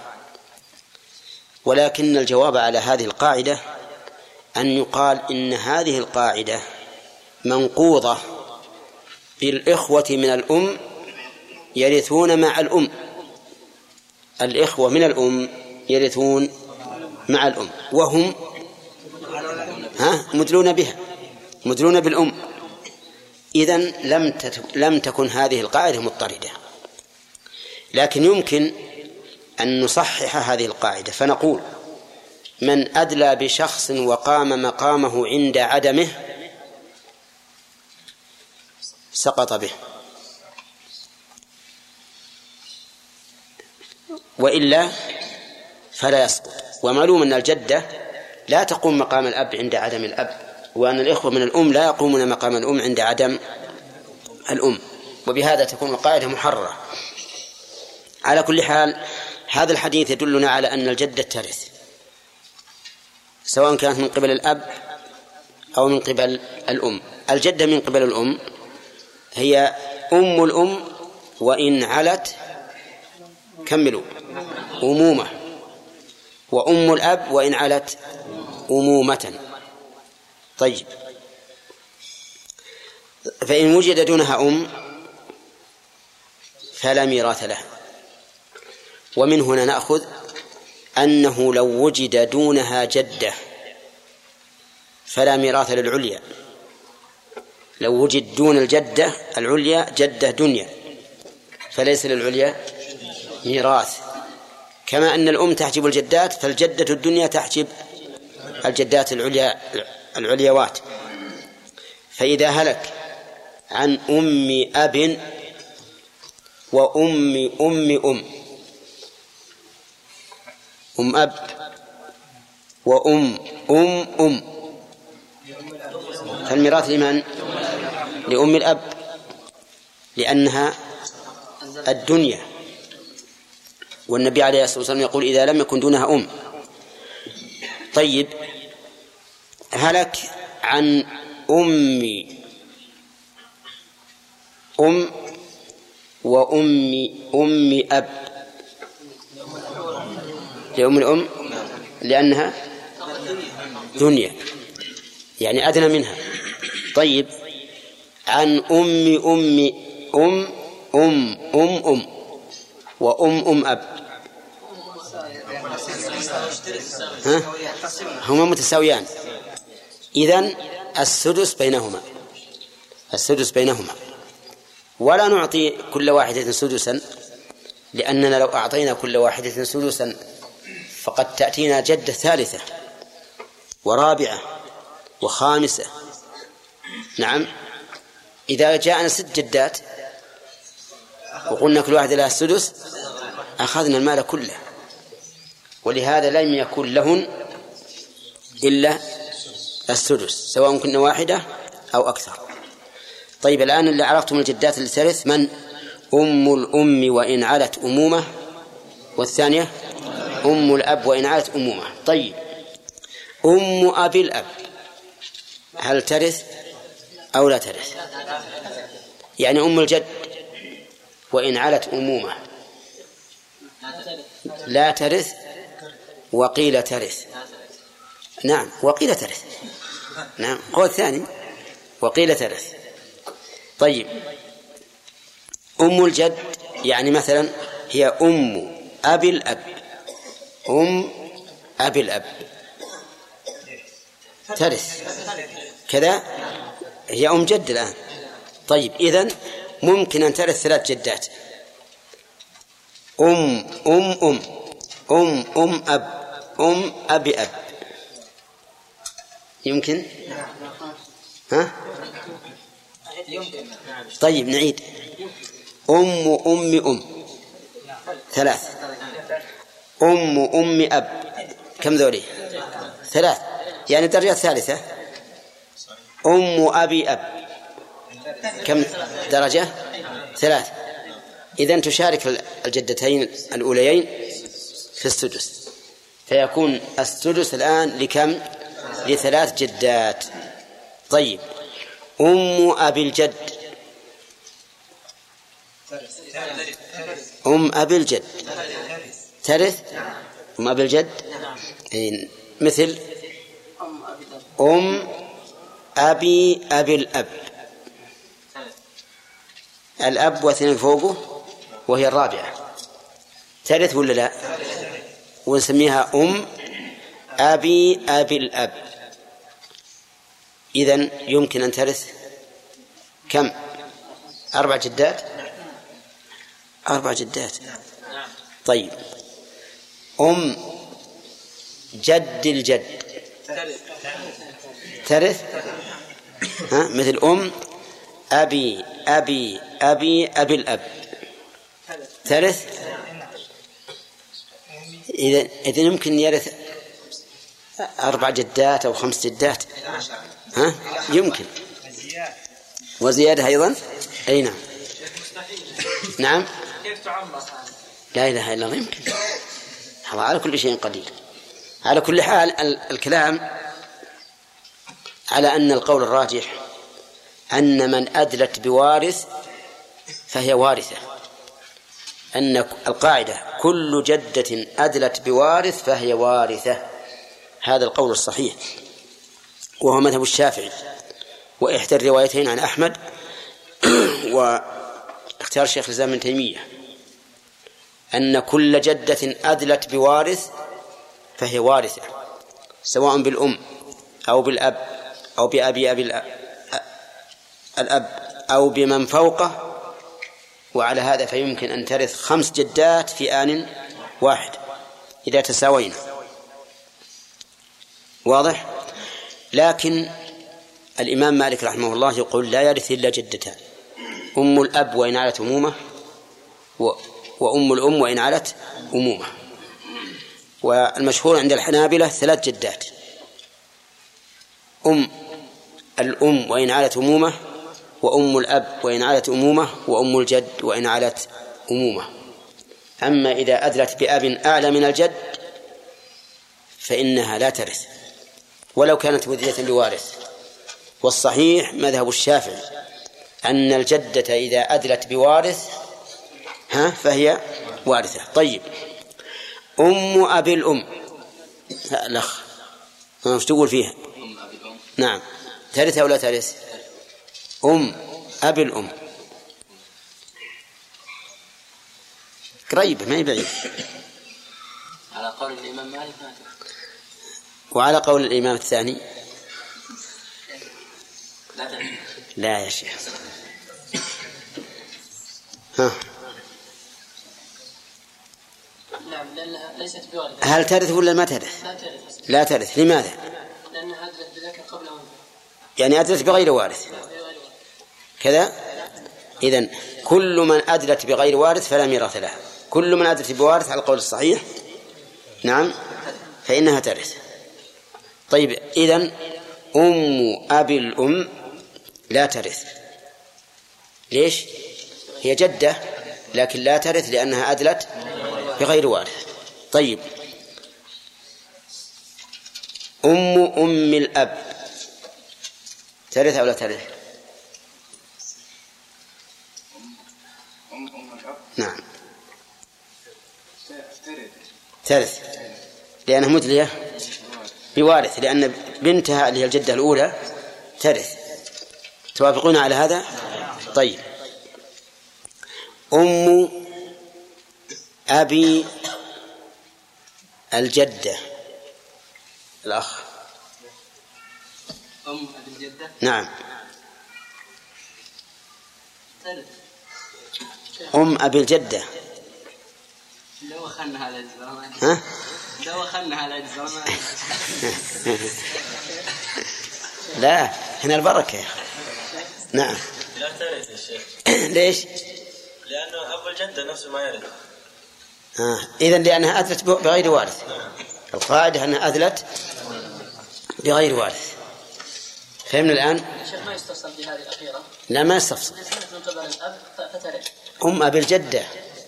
ولكن الجواب على هذه القاعدة أن يقال إن هذه القاعدة منقوضة بالإخوة من الأم يرثون مع الأم. الإخوة من الأم يرثون مع الأم وهم ها مدلون بها، مدلون بالأم. إذن لم لم تكن هذه القاعدة مضطردة. لكن يمكن أن نصحح هذه القاعدة فنقول من أدلى بشخص وقام مقامه عند عدمه سقط به، وإلا فلا يسقط. ومعلوم أن الجدة لا تقوم مقام الأب عند عدم الأب، وأن الإخوة من الأم لا يقومون مقام الأم عند عدم الأم، وبهذا تكون القاعدة محررة. على كل حال هذا الحديث يدلنا على أن الجدة ترث سواء كانت من قبل الأب أو من قبل الأم. الجدة من قبل الأم هي أم الأم وإن علت كملوا أمومة، وأم الأب وإن علت أمومة. طيب، فإن وجد دونها أم فلا ميراث لها. ومن هنا نأخذ أنه لو وجد دونها جدة فلا ميراث للعليا. لو وجد دون الجدة العليا جدة دنيا فليس للعليا ميراث، كما أن الأم تحجب الجدات فالجدة الدنيا تحجب الجدات العليا العليوات. فإذا هلك عن أم أب وأم أم أم أم أب وأم أم أم فالميراث لمن؟ لأم الأب، لأنها الدنيا، والنبي عليه الصلاة والسلام يقول إذا لم يكن دونها أم. طيب، هلك عن أم أم وأم أم أب لأم الأم لأنها دنيا يعني أدنى منها. طيب، عن أم أم أم أم أم أم وأم أم أب ها؟ هما متساويان، إذن السدس بينهما السدس بينهما ولا نعطي كل واحدة سدسا، لأننا لو أعطينا كل واحدة سدسا فقد تأتينا جدة ثالثة ورابعة وخامسة. نعم، إذا جاءنا ست جدات وقلنا كل واحدة لها السدس أخذنا المال كله، ولهذا لم يكن لهن إلا السدس سواء كنا واحدة أو أكثر. طيب، الآن اللي عرفتم الجدات اللي ترث من؟ أم الأم وإن علت أمومة، والثانية أم الأب وإن علت أمومة. طيب، أم أبي الأب هل ترث أو لا ترث؟ يعني أم الجد وإن علت أمومة لا ترث، وقيل ترث. نعم، وقيل ترث. نعم، قول ثاني وقيل ترث. طيب، أم الجد يعني مثلا هي أم أبي الأب أم أبي الأب ترث كذا، هي أم جد الآن. طيب، إذن ممكن أن ترث ثلاث جدات، أم أم أم أم أم أب أم أبي أب. يمكن؟ ها؟ طيب، نعيد. أم أم أم ثلاث، أم أم أب كم ذولي؟ ثلاث، يعني الدرجة الثالثة. أم أبي أب كم درجة؟ ثلاث. إذن تشارك الجدتين الأوليين في السدس، فيكون السدس الآن لكم؟ لثلاث جدات. طيب أم أبي الجد، أم أبي الجد ترث؟ أم أبي الجد مثل أم أبي أبي الأب، الأب واثنين فوقه وهي الرابعة، ترث ولا لا؟ ونسميها أم أبي أبي الأب. إذن يمكن أن ترث كم؟ أربع جدات، أربع جدات. طيب أم جد الجد ترث؟ ها؟ مثل أم أبي أبي أبي أبي الأب ترث؟ إذا إذا يمكن يرث أربع جدات أو خمس جدات، ها؟ يمكن وزيادة أيضا. أي نعم. نعم. لا إله إلا الله، يمكن. الله على كل شيء قدير. على كل حال الكلام على أن القول الراجح أن من أدلت بوارث فهي وارثة، أن القاعدة كل جدة أدلت بوارث فهي وارثة، هذا القول الصحيح، وهو مذهب الشافعي وإحدى الروايتين عن أحمد واختار شيخ الإسلام ابن تيمية أن كل جدة أدلت بوارث فهي وارثة، سواء بالأم أو بالأب أو بأبي أبي الأب أو بمن فوقه. وعلى هذا فيمكن أن ترث خمس جدات في آن واحد إذا تساوينا. واضح؟ لكن الإمام مالك رحمه الله يقول لا يرث إلا جدتان، أم الأب وإن علت أمومة، وأم الأم وإن علت أمومة. والمشهور عند الحنابلة ثلاث جدات، أم الأم وإن علت أمومة، وأم الأب وإن علت أمومة، وأم الجد وإن علت أمومة. أما إذا أدلت بأب أعلى من الجد فإنها لا ترث ولو كانت مدية لوارث. والصحيح مذهب الشافعي أن الجدة إذا أدلت بوارث ها فهي وارثة. طيب أم أبي الأم، الأخ مش تقول فيها؟ نعم، ترث أو لا ترث؟ أم أبي الأم قريبة ما هي بعيد. على قول الإمام مالك ما ترث، وعلى قول الإمام الثاني لا ترث. لا يا شيخ. ها. نعم، لأنها ليست بوارثة. هل ترث ولا ما ترث؟ لا ترث. لا ترث. لماذا؟ لأنها أدلت بذكر قبل أنثى، يعني أدلت بغير وارث كذا. إذن كل من أدلت بغير وارث فلا ميراث لها، كل من أدلت بوارث على القول الصحيح نعم فإنها ترث. طيب إذن أم أبي الأم لا ترث. ليش؟ هي جدة لكن لا ترث لأنها أدلت بغير وارث. طيب أم أم الأب ترث أو لا ترث؟ نعم ترث لأنها مدلية بوارث، لأن بنتها اللي هي الجدة الأولى ترث. توافقون على هذا؟ طيب أم أبي الجدة الأخ، أم أبي الجدة نعم ترث. أم أبي الجدة لو أخذنا هذا الزمان ها؟ لو أخذنا هذا الزمان لا هنا البركة. نعم لا ترث يا شيخ. ليش؟ لأنه أبو الجدة نفسه ما يرث. آه. إذن لأنها أدلت بغير وارث، القاعدة أنها أدلت بغير وارث، فهمنا الآن؟ الشيخ ما يستفصل في هذه الأخيرة. لا ما يستفصل. من قبل الأب فترث. أم أبي الجدة.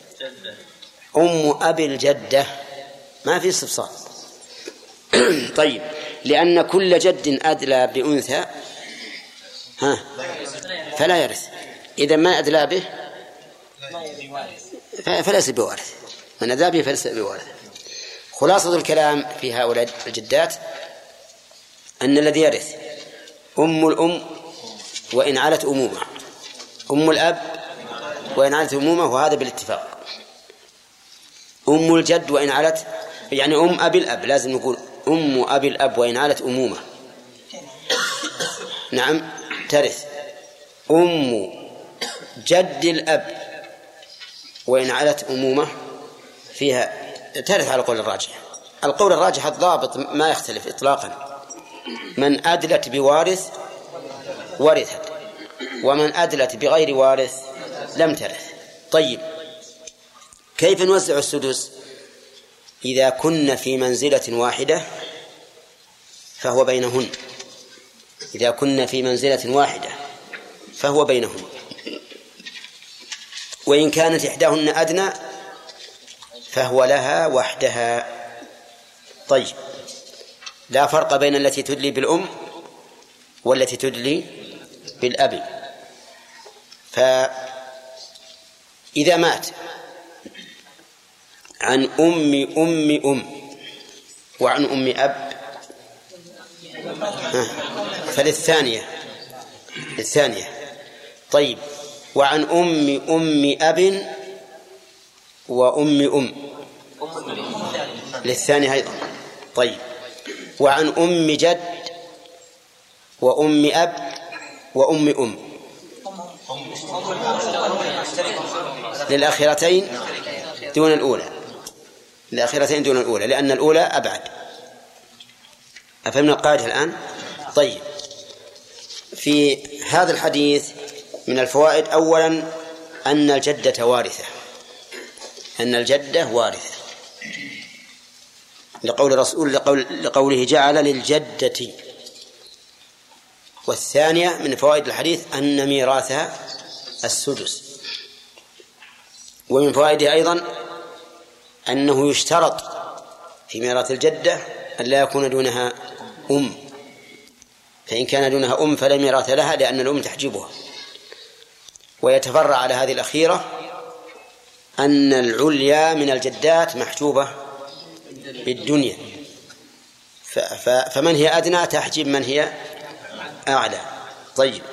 أم أبي الجدة ما في استفصال. طيب، لأن كل جد أدلى بأنثى ها فلا يرث. إذا ما أدلى به فليس بوارث، من أدلى به فليس بوارث. خلاصة الكلام في هؤلاء الجدات أن الذي يرث أم الأم وإن علت أمومة، أم الأب وإن علت أمومة، وهذا بالاتفاق. أم الجد وإن علت، يعني أم أبي الأب، لازم نقول أم أبي الأب وإن علت أمومة نعم ترث. أم جد الأب وإن علت أمومة فيها ترث على القول الراجح. القول الراجح الضابط ما يختلف إطلاقا، من أدلت بوارث ورثت، ومن أدلت بغير وارث لم ترث. طيب، كيف نوزع السدس؟ إذا كن في منزلة واحدة فهو بينهن، إذا كن في منزلة واحدة فهو بينهن، وإن كانت إحداهن أدنى فهو لها وحدها. طيب، لا فرق بين التي تدلي بالأم والتي تدلي بالأب. فإذا مات عن أم أم أم وعن أم أب فللثانية للثانية. طيب، وعن أم أم أب وأم أم للثانية أيضا. طيب، وعن أم جد وأم أب وأم أم للأخيرتين دون الأولى، الأخيرتين دون الأولى، لأن الأولى أبعد. أفهمنا القاعدة الآن؟ طيب، في هذا الحديث من الفوائد أولا أن الجدة وارثة، أن الجدة وارثة لقول رسول لقول لقوله جعل للجدة. والثانية من فوائد الحديث أن ميراثها السدس. ومن فوائده أيضا أنه يشترط في ميراث الجدة أن لا يكون دونها أم، فإن كان دونها أم فلا ميراث لها لأن الأم تحجبها. ويتفرع على هذه الأخيرة أن العليا من الجدات محجوبة بالدنيا، فمن هي أدنى تحجب من هي أعلى. طيب،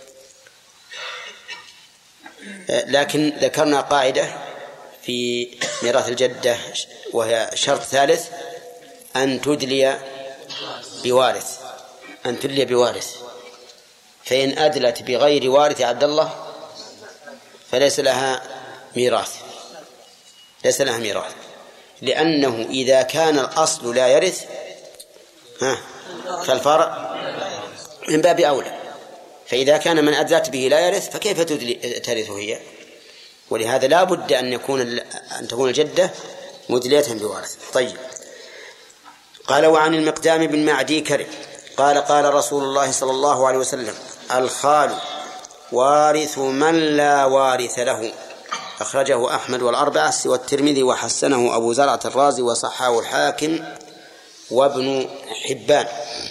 لكن ذكرنا قاعدة في ميراث الجدة وهي شرط ثالث، أن تدلي بوارث، أن تدلي بوارث. فإن أدلت بغير وارث عبد الله فليس لها ميراث، ليس لها ميراث، لأنه إذا كان الأصل لا يرث ها فالفرع من باب أولى. فإذا كان من أدلت به لا يرث فكيف ترث هي؟ ولهذا لا بد أن يكون أن تكون الجدة مدلية بوارث. طيب، قال وعن المقدام بن معدي كرب قال قال رسول الله صلى الله عليه وسلم الخال وارث من لا وارث له، أخرجه أحمد والأربعة والترمذي وحسنه أبو زرعة الرازي وصححه الحاكم وابن حبان.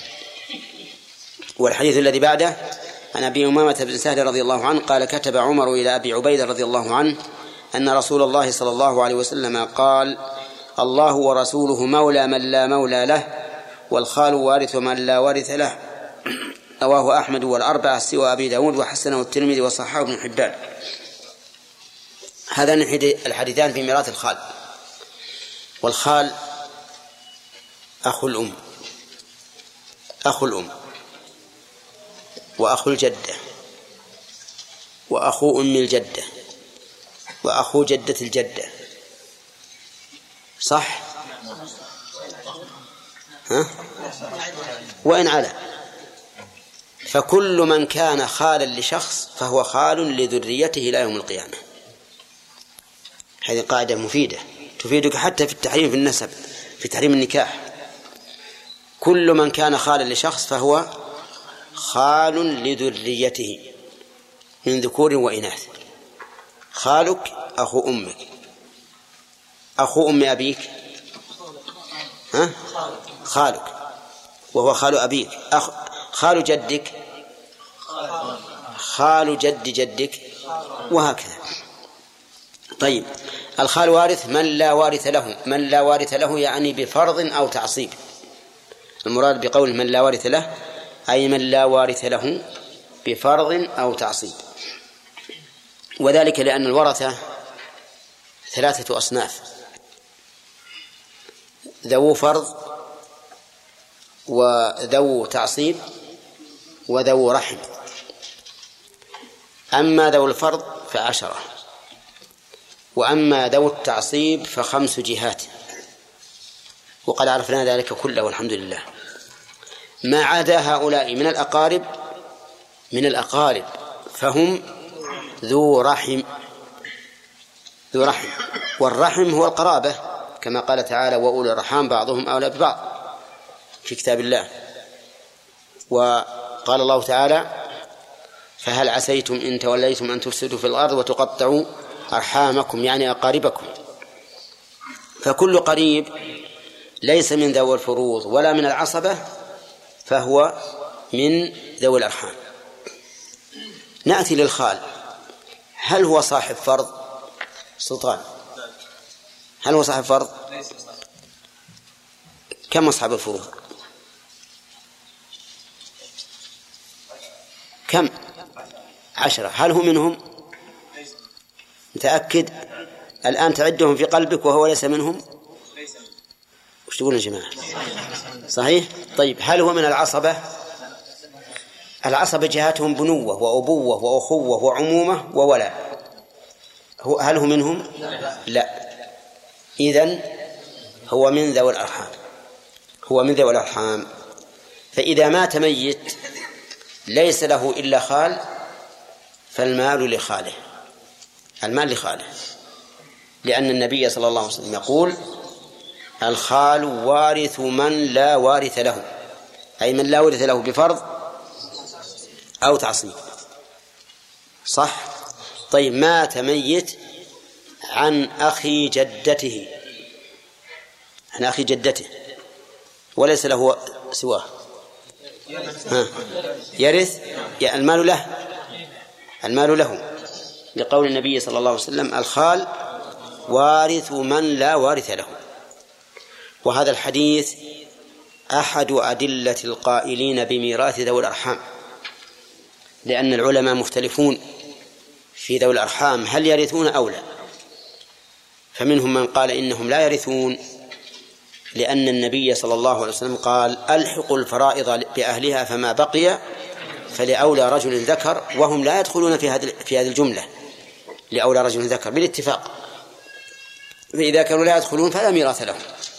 والحديث الذي بعده عن أبي أمامة بن سهل رضي الله عنه قال كتب عمر إلى أبي عبيدة رضي الله عنه أن رسول الله صلى الله عليه وسلم قال الله ورسوله مولى من لا مولى له، والخال وارث من لا وارث له. رواه أحمد والأربعة سوى أبي داود وحسنه الترمذي وصححه ابن حبان. هذان الحديثان في ميراث الخال. والخال أخو الأم، أخو الأم وأخو الجدة وأخو أم الجدة وأخو جدة الجدة، صح؟ ها؟ وإن على، فكل من كان خالا لشخص فهو خال لذريته إلى يوم القيامة. هذه قاعدة مفيدة تفيدك حتى في التحريم في النسب، في تحريم النكاح. كل من كان خالا لشخص فهو خال لذريته من ذكور وإناث. خالك أخو أمك، أخو أم أبيك ها؟ خالك وهو خال أبيك، أخ... خال جدك، خال جد جدك، وهكذا. طيب الخال وارث من لا وارث له، من لا وارث له يعني بفرض أو تعصيب. المراد بقول من لا وارث له أي من لا وارث له بفرض أو تعصيب. وذلك لأن الورثة ثلاثة أصناف: ذو فرض وذو تعصيب وذو رحم. أما ذو الفرض فعشرة، وأما ذو التعصيب فخمس جهات، وقد عرفنا ذلك كله والحمد لله. ما عدا هؤلاء من الأقارب من الأقارب فهم ذو رحم ذو رحم والرحم هو القرابة، كما قال تعالى: وأولي الأرحام بعضهم أولى ببعض في كتاب الله. وقال الله تعالى: فهل عسيتم إن توليتم أن تفسدوا في الأرض وتقطعوا أرحامكم، يعني أقاربكم. فكل قريب ليس من ذوي الفروض ولا من العصبة فهو من ذوي الأرحام. نأتي للخال، هل هو صاحب فرض؟ سلطان، هل هو صاحب فرض؟ كم أصحاب الفروض؟ كم؟ عشرة. هل هو منهم؟ متأكد؟ الآن تعدهم في قلبك وهو ليس منهم؟ وش تقولون يا جماعة؟ صحيح؟ طيب هل هو من العصبة؟ العصبة جهاتهم بنوة وأبوة وأخوة وعمومة وولاء. هل هو منهم؟ لا. إذن هو من ذوي الأرحام، هو من ذوي الأرحام. فإذا مات ميت ليس له إلا خال فالمال لخاله، المال لخاله، لأن النبي صلى الله عليه وسلم يقول: الخال وارث من لا وارث له، أي من لا وارث له بفرض أو تعصيب. صح؟ طيب مات ميت عن أخي جدته، عن أخي جدته وليس له سواه، ها. يرث؟ المال له، المال له، لقول النبي صلى الله عليه وسلم: الخال وارث من لا وارث له. وهذا الحديث أحد أدلة القائلين بميراث ذوي الأرحام، لأن العلماء مختلفون في ذوي الأرحام هل يرثون أو لا. فمنهم من قال إنهم لا يرثون، لأن النبي صلى الله عليه وسلم قال: ألحقوا الفرائض بأهلها فما بقي فلأولى رجل ذكر، وهم لا يدخلون في هذه في هذه الجملة لأولى رجل ذكر بالاتفاق. فإذا كانوا لا يدخلون فلا ميراث لهم.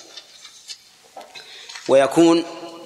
ويكون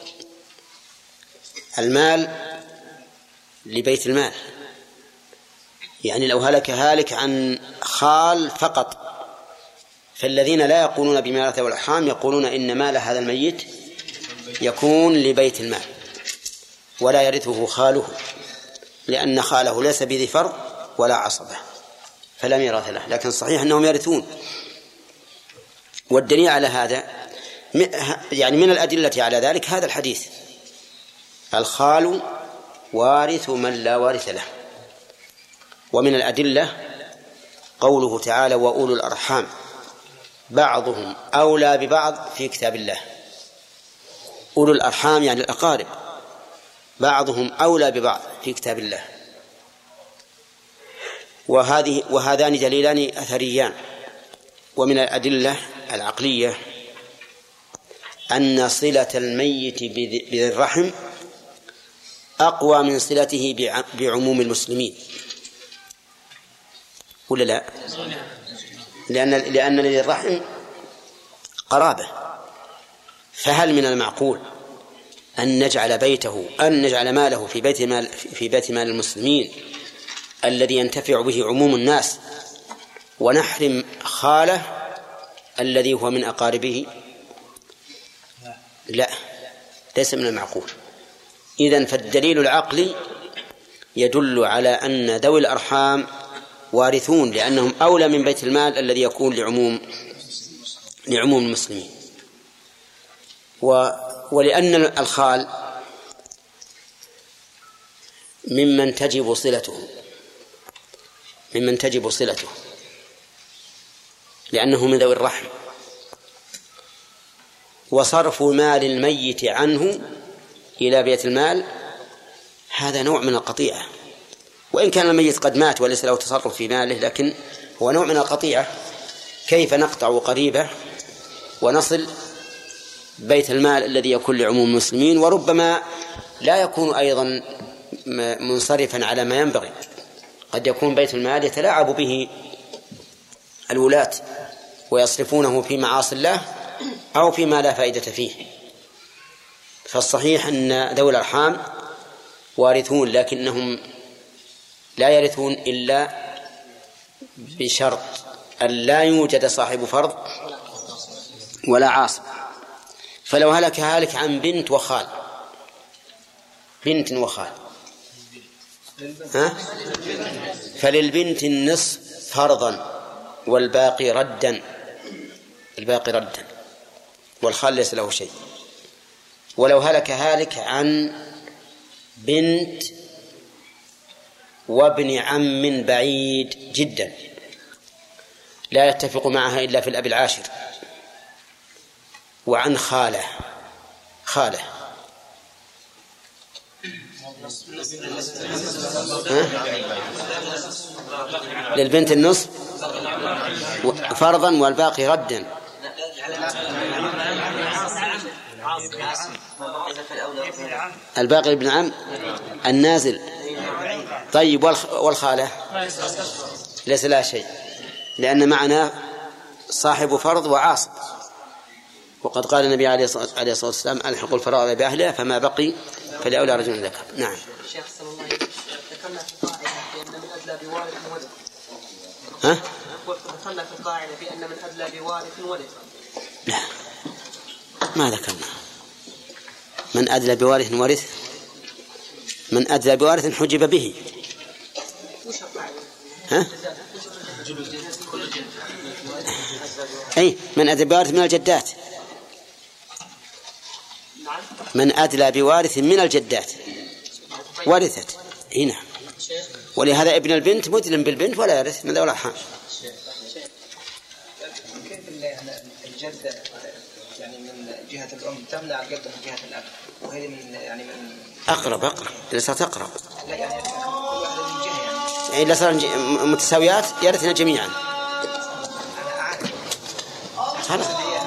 المال لبيت المال، يعني لو هلك هالك عن خال فقط، فالذين لا يقولون بميراث ذوي الأرحام يقولون إن مال هذا الميت يكون لبيت المال ولا يرثه خاله، لأن خاله ليس بذي فرض ولا عصبة فلا ميراث له. لكن صحيح أنهم يرثون. والدليل على هذا يعني من الأدلة على ذلك هذا الحديث: الخال وارث من لا وارث له. ومن الأدلة قوله تعالى: وأولو الأرحام بعضهم أولى ببعض في كتاب الله. أولو الأرحام يعني الأقارب، بعضهم أولى ببعض في كتاب الله. وهذه وهذان دليلان أثريان. ومن الأدلة العقلية أن صلة الميت بذي الرحم أقوى من صلته بعموم المسلمين، ولا لا؟ لأن لأن ذي الرحم قرابة. فهل من المعقول أن نجعل بيته أن نجعل ماله في بيت مال في بيت مال المسلمين الذي ينتفع به عموم الناس، ونحرم خاله الذي هو من أقاربه؟ لا، ليس من المعقول. إذن فالدليل العقلي يدل على أن ذوي الأرحام وارثون، لأنهم أولى من بيت المال الذي يكون لعموم لعموم المسلمين. و ولأن الخال ممن تجب صلته ممن تجب صلته لأنه من ذوي الرحم، وصرف مال الميت عنه إلى بيت المال هذا نوع من القطيعة، وإن كان الميت قد مات وليس له تصرف في ماله، لكن هو نوع من القطيعة. كيف نقطع قريبة ونصل بيت المال الذي يكون لعموم المسلمين، وربما لا يكون أيضا منصرفا على ما ينبغي، قد يكون بيت المال يتلاعب به الولاة ويصرفونه في معاصي الله أو فيما لا فائدة فيه. فالصحيح أن ذوي الأرحام وارثون، لكنهم لا يرثون إلا بشرط أن لا يوجد صاحب فرض ولا عاصب. فلو هلك هالك عن بنت وخال بنت وخال ها؟ فللبنت النصف فرضا والباقي ردا الباقي ردا والخال ليس له شيء. ولو هلك هالك عن بنت وابن عم بعيد جدا لا يتفق معها إلا في الأب العاشر، وعن خالة خالة للبنت النصف فرضا والباقي ردا. الباقي ابن عم النازل. طيب والخالة ليس لها شيء، لأن معنا صاحب فرض وعاصب، وقد قال النبي عليه الصلاة والسلام ألحقوا الفرائض بأهلها فما بقي فلأولى رجل ذكر. نعم. شيخ صلى الله عليه وسلم ذكرنا في القاعدة بأن من أدلى بوارث ولد. ها؟ ذكرنا في القاعدة بأن من أدلى بوارث ولد. لا ما ذكرنا. من أدلى بوارث ورث، من أدلى بوارث حجب به. ها؟ أي من أدلى بوارث من الجدات، من أدلى بوارث من الجدات ورثت هنا، ولهذا ابن البنت مدلم بالبنت ولا يرث من ذوي الأرحام. كيف الجدة يعني من جهة الأم تمنع الجدة من جهة الأب، وهي من يعني من أقرب أقرب إذا صارت أقرب، لا يعني كل واحدة من جهة يعني إذا صار متساويات يرثنا جميعا. خلاص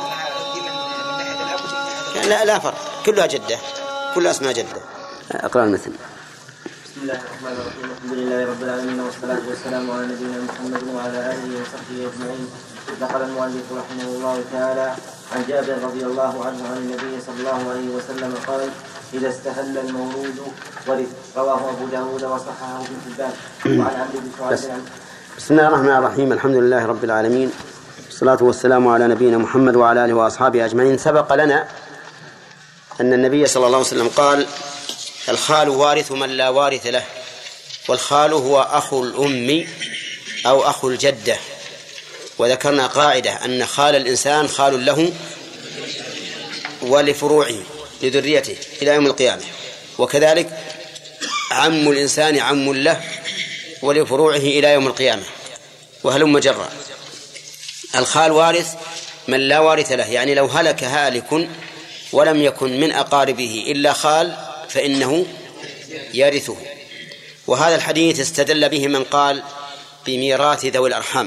لا لا فرق، كلها جدة، كلها اسمها جدة. أقرأ المثل. بسم الله الرحمن الرحيم. الحمد لله رب العالمين، والصلاة والسلام على نبينا محمد وعلى آله وصحبه أجمعين. نقل المؤلف رحمه الله تعالى عن جابر رضي الله عنه عن النبي صلى الله عليه وسلم قال: إذا استهل المولود ورث. رواه أبو داود وصححه ابن حبان. وعن عبد بن شعيب. بسم الله الرحمن الرحيم. الحمد لله رب العالمين، والصلاة والسلام على نبينا محمد وعلى آله وأصحابه أجمعين. سبق لنا أن النبي صلى الله عليه وسلم قال: الخال وارث من لا وارث له، والخال هو أخو الأم أو أخو الجدة. وذكرنا قاعدة أن خال الإنسان خال له ولفروعه لذريته إلى يوم القيامة، وكذلك عم الإنسان عم له ولفروعه إلى يوم القيامة، وهلم جرا. الخال وارث من لا وارث له، يعني لو هلك هالك ولم يكن من أقاربه إلا خال فإنه يرثه. وهذا الحديث استدل به من قال بميراث ذوي الأرحام،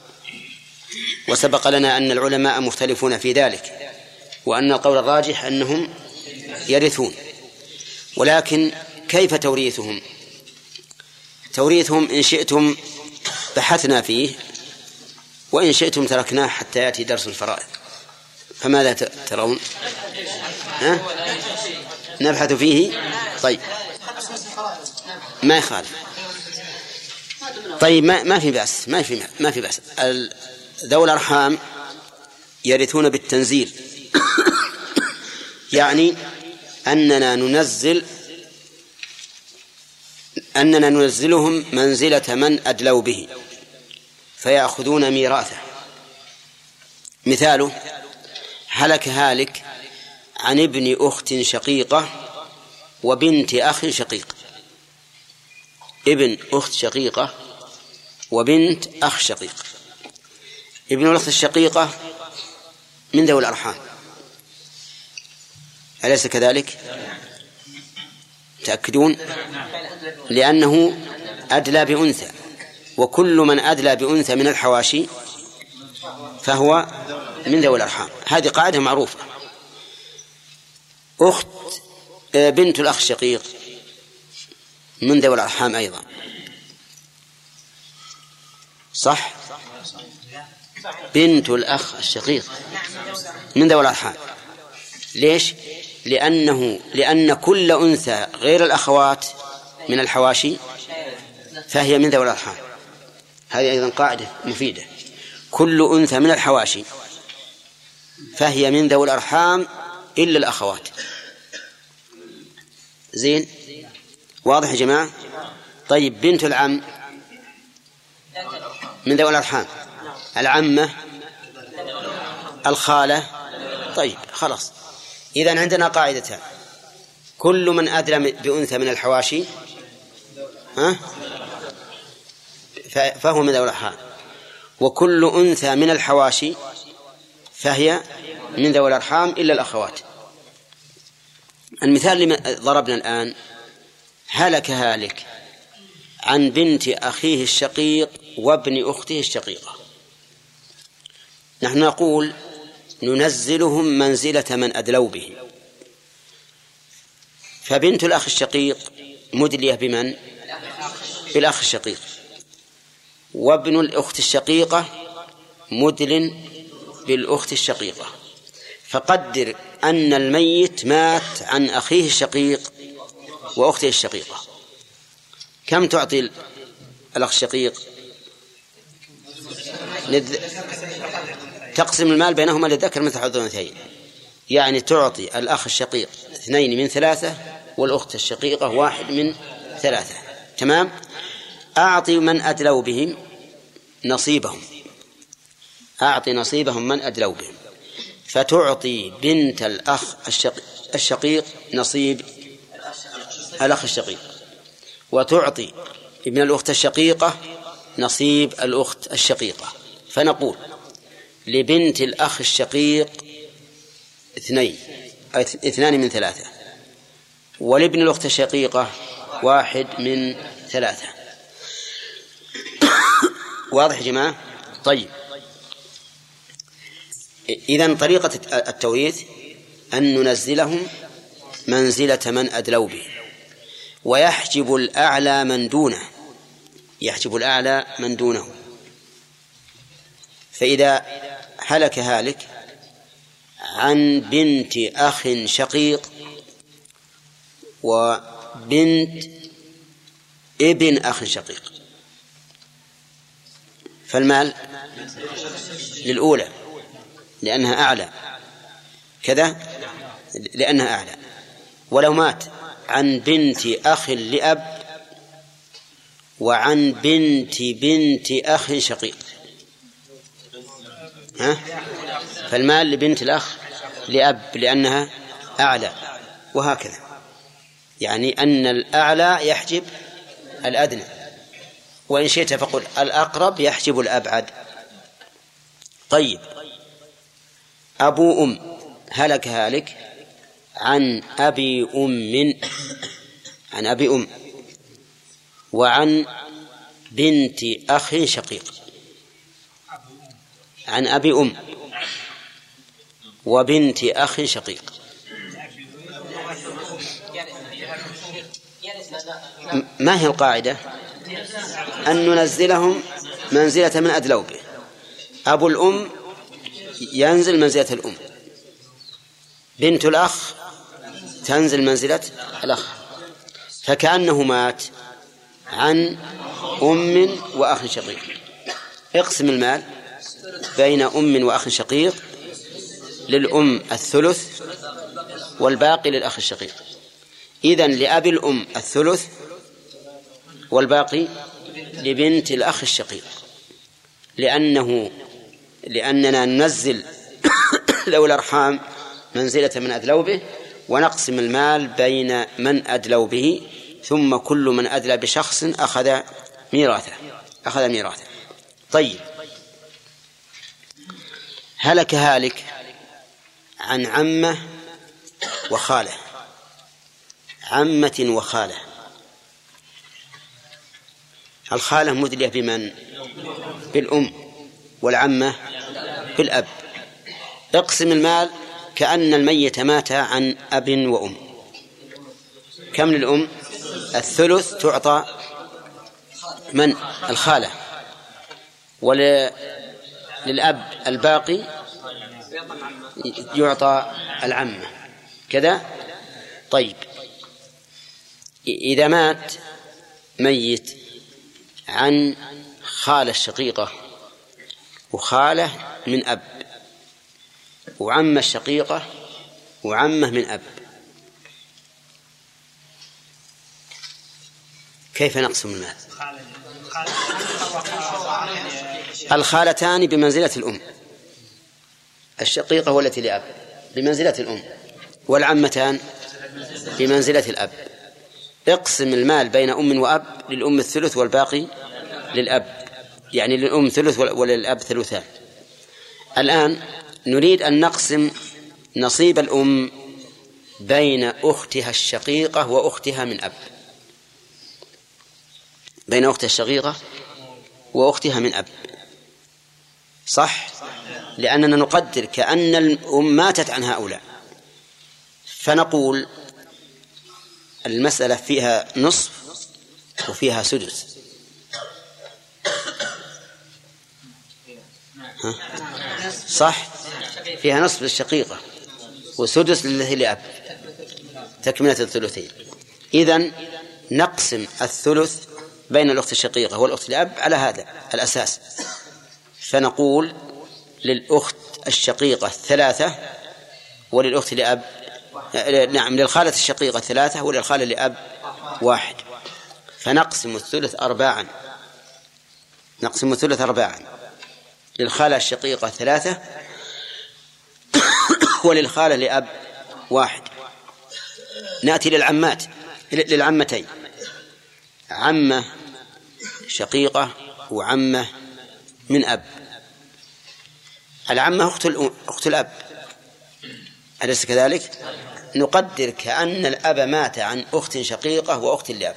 وسبق لنا أن العلماء مختلفون في ذلك، وأن القول الراجح أنهم يرثون. ولكن كيف توريثهم؟ توريثهم إن شئتم بحثنا فيه، وإن شئتم تركناه حتى يأتي درس الفرائض. فماذا ترون؟ ها؟ نبحث فيه. طيب ما يخالف. طيب ما ما في بأس ما في ما في بأس. ذوي الأرحام يرثون بالتنزيل، يعني أننا ننزل أننا ننزلهم منزلة من أدلوا به فيأخذون ميراثه. مثاله: هلك هالك عن ابن أخت شقيقة وبنت أخ شقيق. ابن أخت شقيقة وبنت أخ شقيق. ابن الأخت الشقيقة من ذوي الأرحام، أليس كذلك؟ تأكدون؟ لأنه أدلى بأنثى، وكل من أدلى بأنثى من الحواشي فهو من ذوي الأرحام. هذه قاعدة معروفة. أخت بنت الأخ الشقيق من ذوي الأرحام أيضا، صح؟ بنت الأخ الشقيق من ذوي الأرحام. ليش؟ لأنه لأن كل أنثى غير الأخوات من الحواشي فهي من ذوي الأرحام. هذه أيضا قاعدة مفيدة. كل أنثى من الحواشي فهي من ذوي الأرحام إلا الأخوات. زين؟ واضح يا جماعة؟ طيب، بنت العم من ذوي الأرحام، العمة، الخالة. طيب خلاص، إذن عندنا قاعدتان: كل من أدلى بأنثى من الحواشي ها فهو من ذوي الأرحام، وكل أنثى من الحواشي فهي من ذوي الأرحام إلا الأخوات. المثال اللي ضربنا الآن: هلك هالك عن بنت أخيه الشقيق وابن أخته الشقيقة. نحن نقول ننزلهم منزلة من أدلوا به، فبنت الأخ الشقيق مدلية بمن؟ بالأخ الشقيق، وابن الأخت الشقيقة مدل بالأخت الشقيقة. فقدر أن الميت مات عن أخيه الشقيق وأخته الشقيقة، كم تعطي الأخ الشقيق؟ لذ... تقسم المال بينهما للذكر مثل حظ الأنثيين، يعني تعطي الأخ الشقيق اثنين من ثلاثة والأخت الشقيقة واحد من ثلاثة. تمام؟ أعطي من أدلوا بهم نصيبهم، أعطي نصيبهم من أدلوا بهم، فتعطي بنت الأخ الشقيق نصيب الأخ الشقيق، وتعطي ابن الأخت الشقيقة نصيب الأخت الشقيقة. فنقول لبنت الأخ الشقيق اثنين اثنان من ثلاثة، ولابن الأخت الشقيقة واحد من ثلاثة. واضح يا جماعة؟ طيب، إذن طريقة التوريث أن ننزلهم منزلة من أدلوا به، ويحجب الأعلى من دونه، يحجب الأعلى من دونه. فإذا هلك هالك عن بنت أخ شقيق وبنت ابن أخ شقيق، فالمال للأولى لأنها أعلى، كذا لأنها أعلى. ولو مات عن بنت أخ لأب وعن بنت بنت أخ شقيق، ها؟ فالمال لبنت الأخ لأب لأنها أعلى، وهكذا. يعني أن الأعلى يحجب الأدنى، وإن شئت فقل الأقرب يحجب الأبعد. طيب، أبو أم هلك هالك عن أبي أم عن أبي أم وعن بنت أخ شقيق، عن أبي أم وبنت أخ شقيق. ما هي القاعدة؟ أن ننزلهم منزلة من أدلوا به. أبو الأم ينزل منزلة الأم، بنت الأخ تنزل منزلة الأخ، فكأنه مات عن أم وأخ شقيق. اقسم المال بين أم وأخ شقيق، للأم الثلث والباقي للأخ الشقيق. إذن لأبي الأم الثلث والباقي لبنت الأخ الشقيق، لأنه لأننا ننزل ذوي الأرحام منزلة من أدلوا به، ونقسم المال بين من أدلوا به، ثم كل من أدلى بشخص أخذ ميراثه أخذ ميراثه. طيب، هلك هالك عن عمة وخالة، عمة وخالة. الخالة مدلية بمن؟ بالأم، والعمة بالأب. اقسم المال كأن الميت مات عن أب وأم. كم للأم؟ الثلث، تعطى من؟ الخالة. وللأب الباقي يعطى العمة، كذا. طيب، إذا مات ميت عن خالة الشقيقة وخالة من أب وعمة الشقيقة وعمة من أب، كيف نقسم المال؟ الخالتان بمنزلة الأم، الشقيقة والتي لأب بمنزلة الأم، والعمتان بمنزلة الأب. اقسم المال بين أم وأب، للأم الثلث والباقي للأب، يعني للأم ثلث وللأب ثلثان. الآن نريد أن نقسم نصيب الأم بين أختها الشقيقة وأختها من أب، بين أختها الشقيقة وأختها من أب، صح؟ لأننا نقدر كأن الأم ماتت عن هؤلاء، فنقول المسألة فيها نصف وفيها سدس. ها؟ صح، فيها نصف للشقيقة وسدس للذي لأب، تكملة الثلثين. إذن نقسم الثلث بين الأخت الشقيقة والأخت لأب على هذا الأساس، فنقول للأخت الشقيقة ثلاثة وللأخت لأب، نعم، للخالة الشقيقة ثلاثة وللخالة لأب واحد، فنقسم الثلث أرباعا، نقسم الثلث أرباعا، للخالة الشقيقة ثلاثة وللخالة لأب واحد. نأتي للعمات، للعمتين، عمة شقيقة وعمة من أب. العمة أخت أخت الأب، أليس كذلك؟ نقدر كأن الأب مات عن أخت شقيقة وأخت لأب.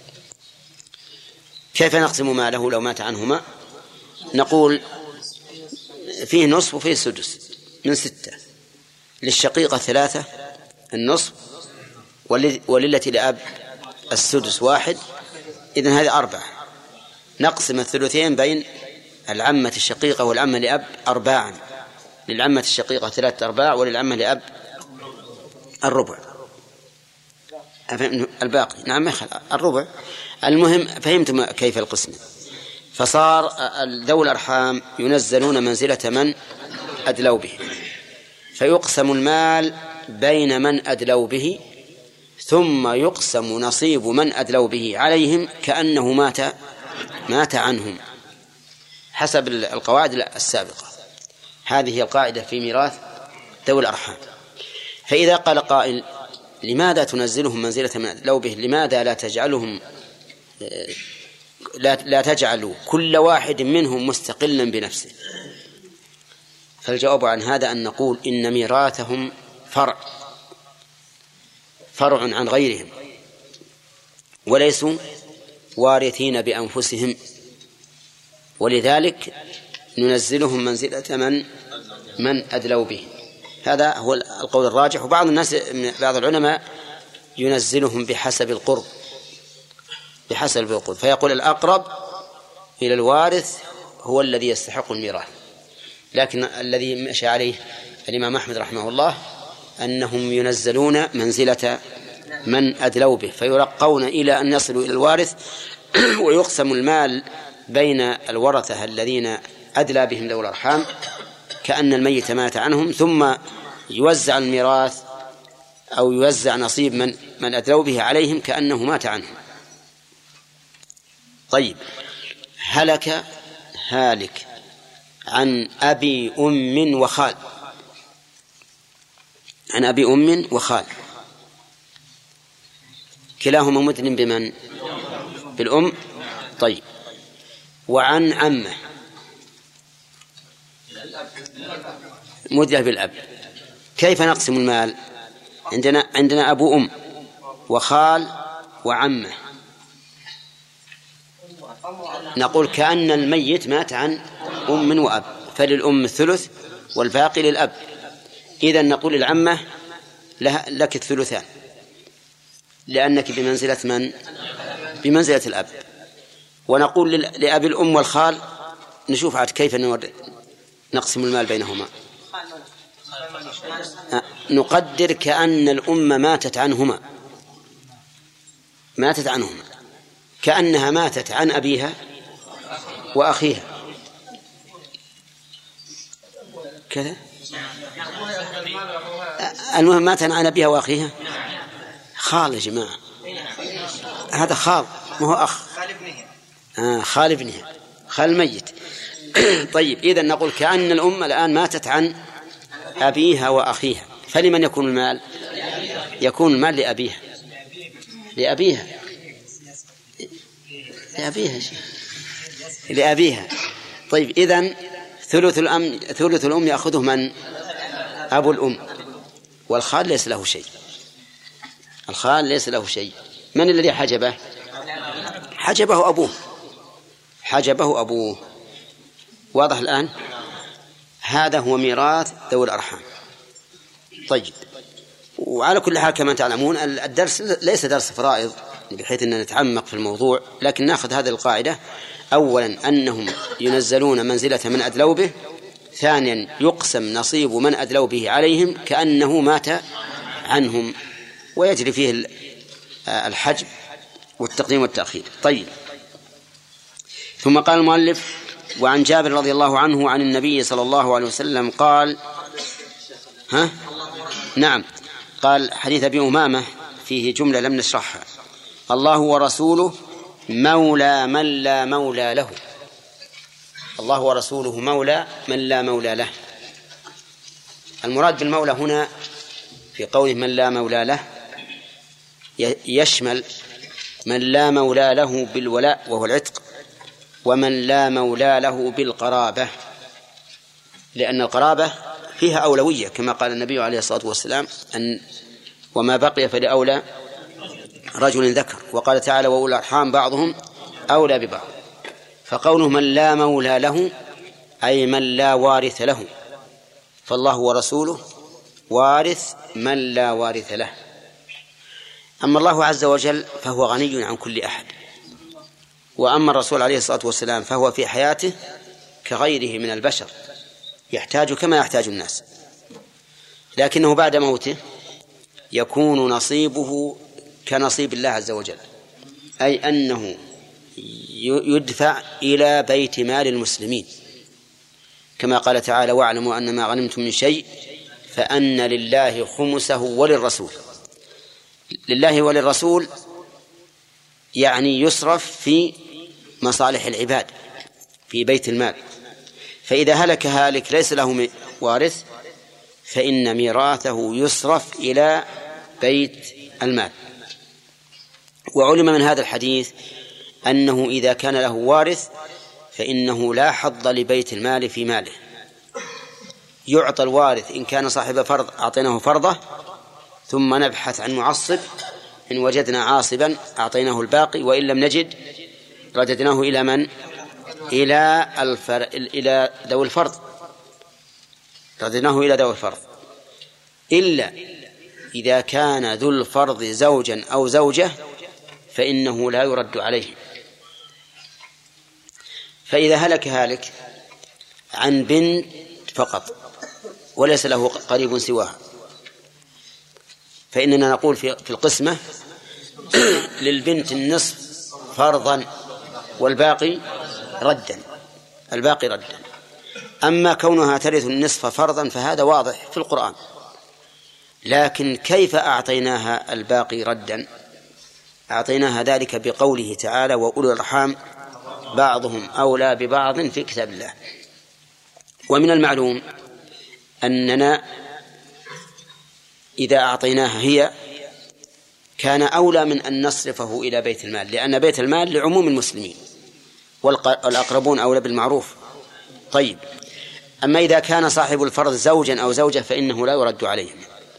كيف نقسم ماله لو مات عنهما؟ نقول فيه نصف وفيه سدس من ستة، للشقيقة ثلاثة النصف، وللتي لأب السدس واحد، إذن هذه أربعة. نقسم الثلثين بين العمة الشقيقة والعمة لأب أرباعا، للعمة الشقيقة ثلاثة أرباع وللعمة لأب الربع، الباقي نعم الربع. المهم فهمتم كيف القسم. فصار ذوي الأرحام ينزلون منزلة من أدلوا به، فيقسم المال بين من أدلوا به، ثم يقسم نصيب من أدلوا به عليهم كأنه مات مات عنهم، حسب القواعد السابقة. هذه هي القاعدة في ميراث ذوي الأرحام. فإذا قال قائل لماذا تنزلهم منزلة من أدلوا به، لماذا لا تجعلهم لا, لا تجعلوا كل واحد منهم مستقلا بنفسه؟ فالجواب عن هذا أن نقول إن ميراثهم فرع فرع عن غيرهم، وليسوا وارثين بأنفسهم، ولذلك ننزلهم منزلة من من أدلوا به. هذا هو القول الراجح. وبعض الناس بعض العلماء ينزلهم بحسب القرب بحسب القرب فيقول الأقرب إلى الوارث هو الذي يستحق الميراث. لكن الذي مشى عليه الإمام أحمد رحمه الله أنهم ينزلون منزلة من أدلوا به، فيرقون إلى أن يصلوا إلى الوارث، ويقسم المال بين الورثة الذين أدلى بهم ذوي الأرحام كأن الميت مات عنهم، ثم يوزع الميراث أو يوزع نصيب من من أدلوا به عليهم كأنه مات عنهم. طيب، هلك هالك عن أبي أم وخال، عن أبي أم وخال، كلاهما مدن بمن؟ بالأم. طيب، وعن عمه مدلة بالأب. كيف نقسم المال؟ عندنا عندنا أبو أم وخال وعمه. نقول كأن الميت مات عن أم وأب، فللأم الثلث والباقي للأب. إذن نقول العمة لك الثلثان، لأنك بمنزلة من؟ بمنزلة الأب. ونقول لأبي الأم والخال نشوف عاد كيف نقسم المال بينهما. نقدر كأن الأم ماتت عنهما، ماتت عنهما كأنها ماتت عن أبيها وأخيها كذا. المهم ماتت عن أبيها وأخيها. خال يا جماعة، هذا خال ما هو أخ. آه خال ابنها، خال الميت. طيب، إذن نقول كأن الأم الآن ماتت عن أبيها وأخيها، فلمن يكون المال؟ يكون المال لأبيها، لأبيها لأبيها لأبيها. طيب، إذن ثلث الأم ثلث الأم يأخذه من؟ أبو الأم، والخال ليس له شيء، الخال ليس له شيء. من الذي حجبه؟ حجبه أبوه، حجبه أبوه. واضح الآن؟ هذا هو ميراث ذوي الأرحام. طيب، وعلى كل حال كما تعلمون الدرس ليس درس فرائض بحيث أن نتعمق في الموضوع، لكن نأخذ هذه القاعدة: أولا أنهم ينزلون منزلة من أدلوا به، ثانيا يقسم نصيب من أدلوا به عليهم كأنه مات عنهم، ويجري فيه الحجب والتقديم والتأخير. طيب، ثم قال المؤلف: وعن جابر رضي الله عنه عن النبي صلى الله عليه وسلم قال ها نعم قال حديث أبي أمامة فيه جملة لم نشرحها: الله ورسوله مولى من لا مولى له. الله ورسوله مولى من لا مولى له. المراد بالمولى هنا في قوله من لا مولى له يشمل من لا مولى له بالولاء وهو العتق، ومن لا مولى له بالقرابة، لأن القرابة فيها أولوية كما قال النبي عليه الصلاة والسلام: أن وما بقي فلأولى رجل ذكر. وقال تعالى: وأولى الأرحام بعضهم أولى ببعض. فقوله من لا مولى له أي من لا وارث له، فالله ورسوله وارث من لا وارث له. أما الله عز وجل فهو غني عن كل أحد، وأما الرسول عليه الصلاة والسلام فهو في حياته كغيره من البشر، يحتاج كما يحتاج الناس، لكنه بعد موته يكون نصيبه كنصيب الله عز وجل، أي أنه يدفع إلى بيت مال المسلمين، كما قال تعالى: واعلموا أن ما غنمتم من شيء فأن لله خمسه وللرسول. لله وللرسول يعني يصرف في مصالح العباد في بيت المال. فإذا هلك هالك ليس له وارث فإن ميراثه يصرف إلى بيت المال. وعلم من هذا الحديث أنه إذا كان له وارث فإنه لا حظ لبيت المال في ماله، يعطى الوارث إن كان صاحب فرض أعطيناه فرضه، ثم نبحث عن معصب، إن وجدنا عاصبا أعطيناه الباقي، وإن لم نجد رددناه إلى من؟ إلى الفر... إلى ذوي الفرض، رددناه إلى ذوي الفرض، إلا إذا كان ذو الفرض زوجا أو زوجة فإنه لا يرد عليه. فإذا هلك هالك عن بنت فقط وليس له قريب سواها فإننا نقول في القسمة: للبنت النصف فرضا والباقي ردا، الباقي ردا. أما كونها ترث النصف فرضا فهذا واضح في القرآن، لكن كيف أعطيناها الباقي ردا؟ أعطيناها ذلك بقوله تعالى: وأولو الأرحام بعضهم أولى ببعض في كتاب الله. ومن المعلوم أننا إذا أعطيناها هي كان أولى من أن نصرفه إلى بيت المال، لأن بيت المال لعموم المسلمين والأقربون أولى بالمعروف. طيب، أما إذا كان صاحب الفرض زوجا أو زوجة فإنه لا يرد عليهم.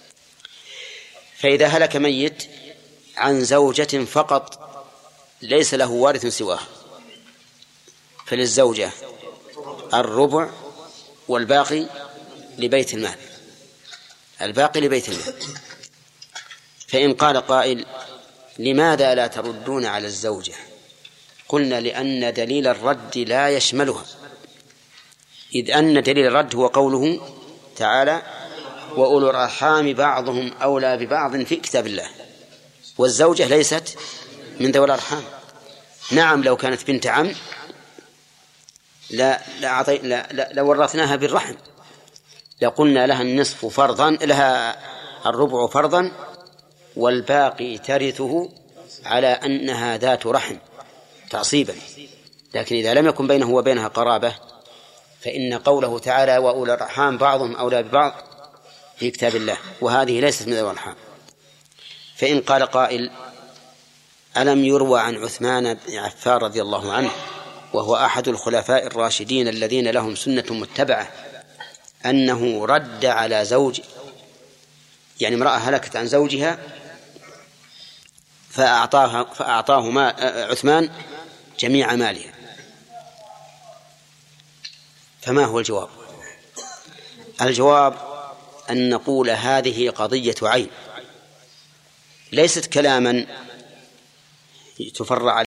فإذا هلك ميت عن زوجة فقط ليس له وارث سواها فللزوجة الربع والباقي لبيت المال، الباقي لبيت المال. فإن قال قائل لماذا لا تردون على الزوجة؟ قلنا لأن دليل الرد لا يشملها، إذ أن دليل الرد هو قوله تعالى وأولو الأرحام بعضهم أولى ببعض في كتاب الله، والزوجة ليست من ذوي الأرحام. نعم لو كانت بنت عم لا لا لا لا لورثناها بالرحم، لقلنا لها النصف فرضا، لها الربع فرضا والباقي ترثه على أنها ذات رحم تعصيبا. لكن إذا لم يكن بينه وبينها قرابة فإن قوله تعالى وأولو الأرحام بعضهم أولى ببعض في كتاب الله، وهذه ليست من ذوي الأرحام. فإن قال قائل ألم يروى عن عثمان بن عفان رضي الله عنه وهو أحد الخلفاء الراشدين الذين لهم سنة متبعة أنه رد على زوج، يعني امرأة هلكت عن زوجها فأعطاها فأعطاه ما عثمان جميع مالها، فما هو الجواب؟ الجواب أن نقول هذه قضية عين ليست كلاما تفرع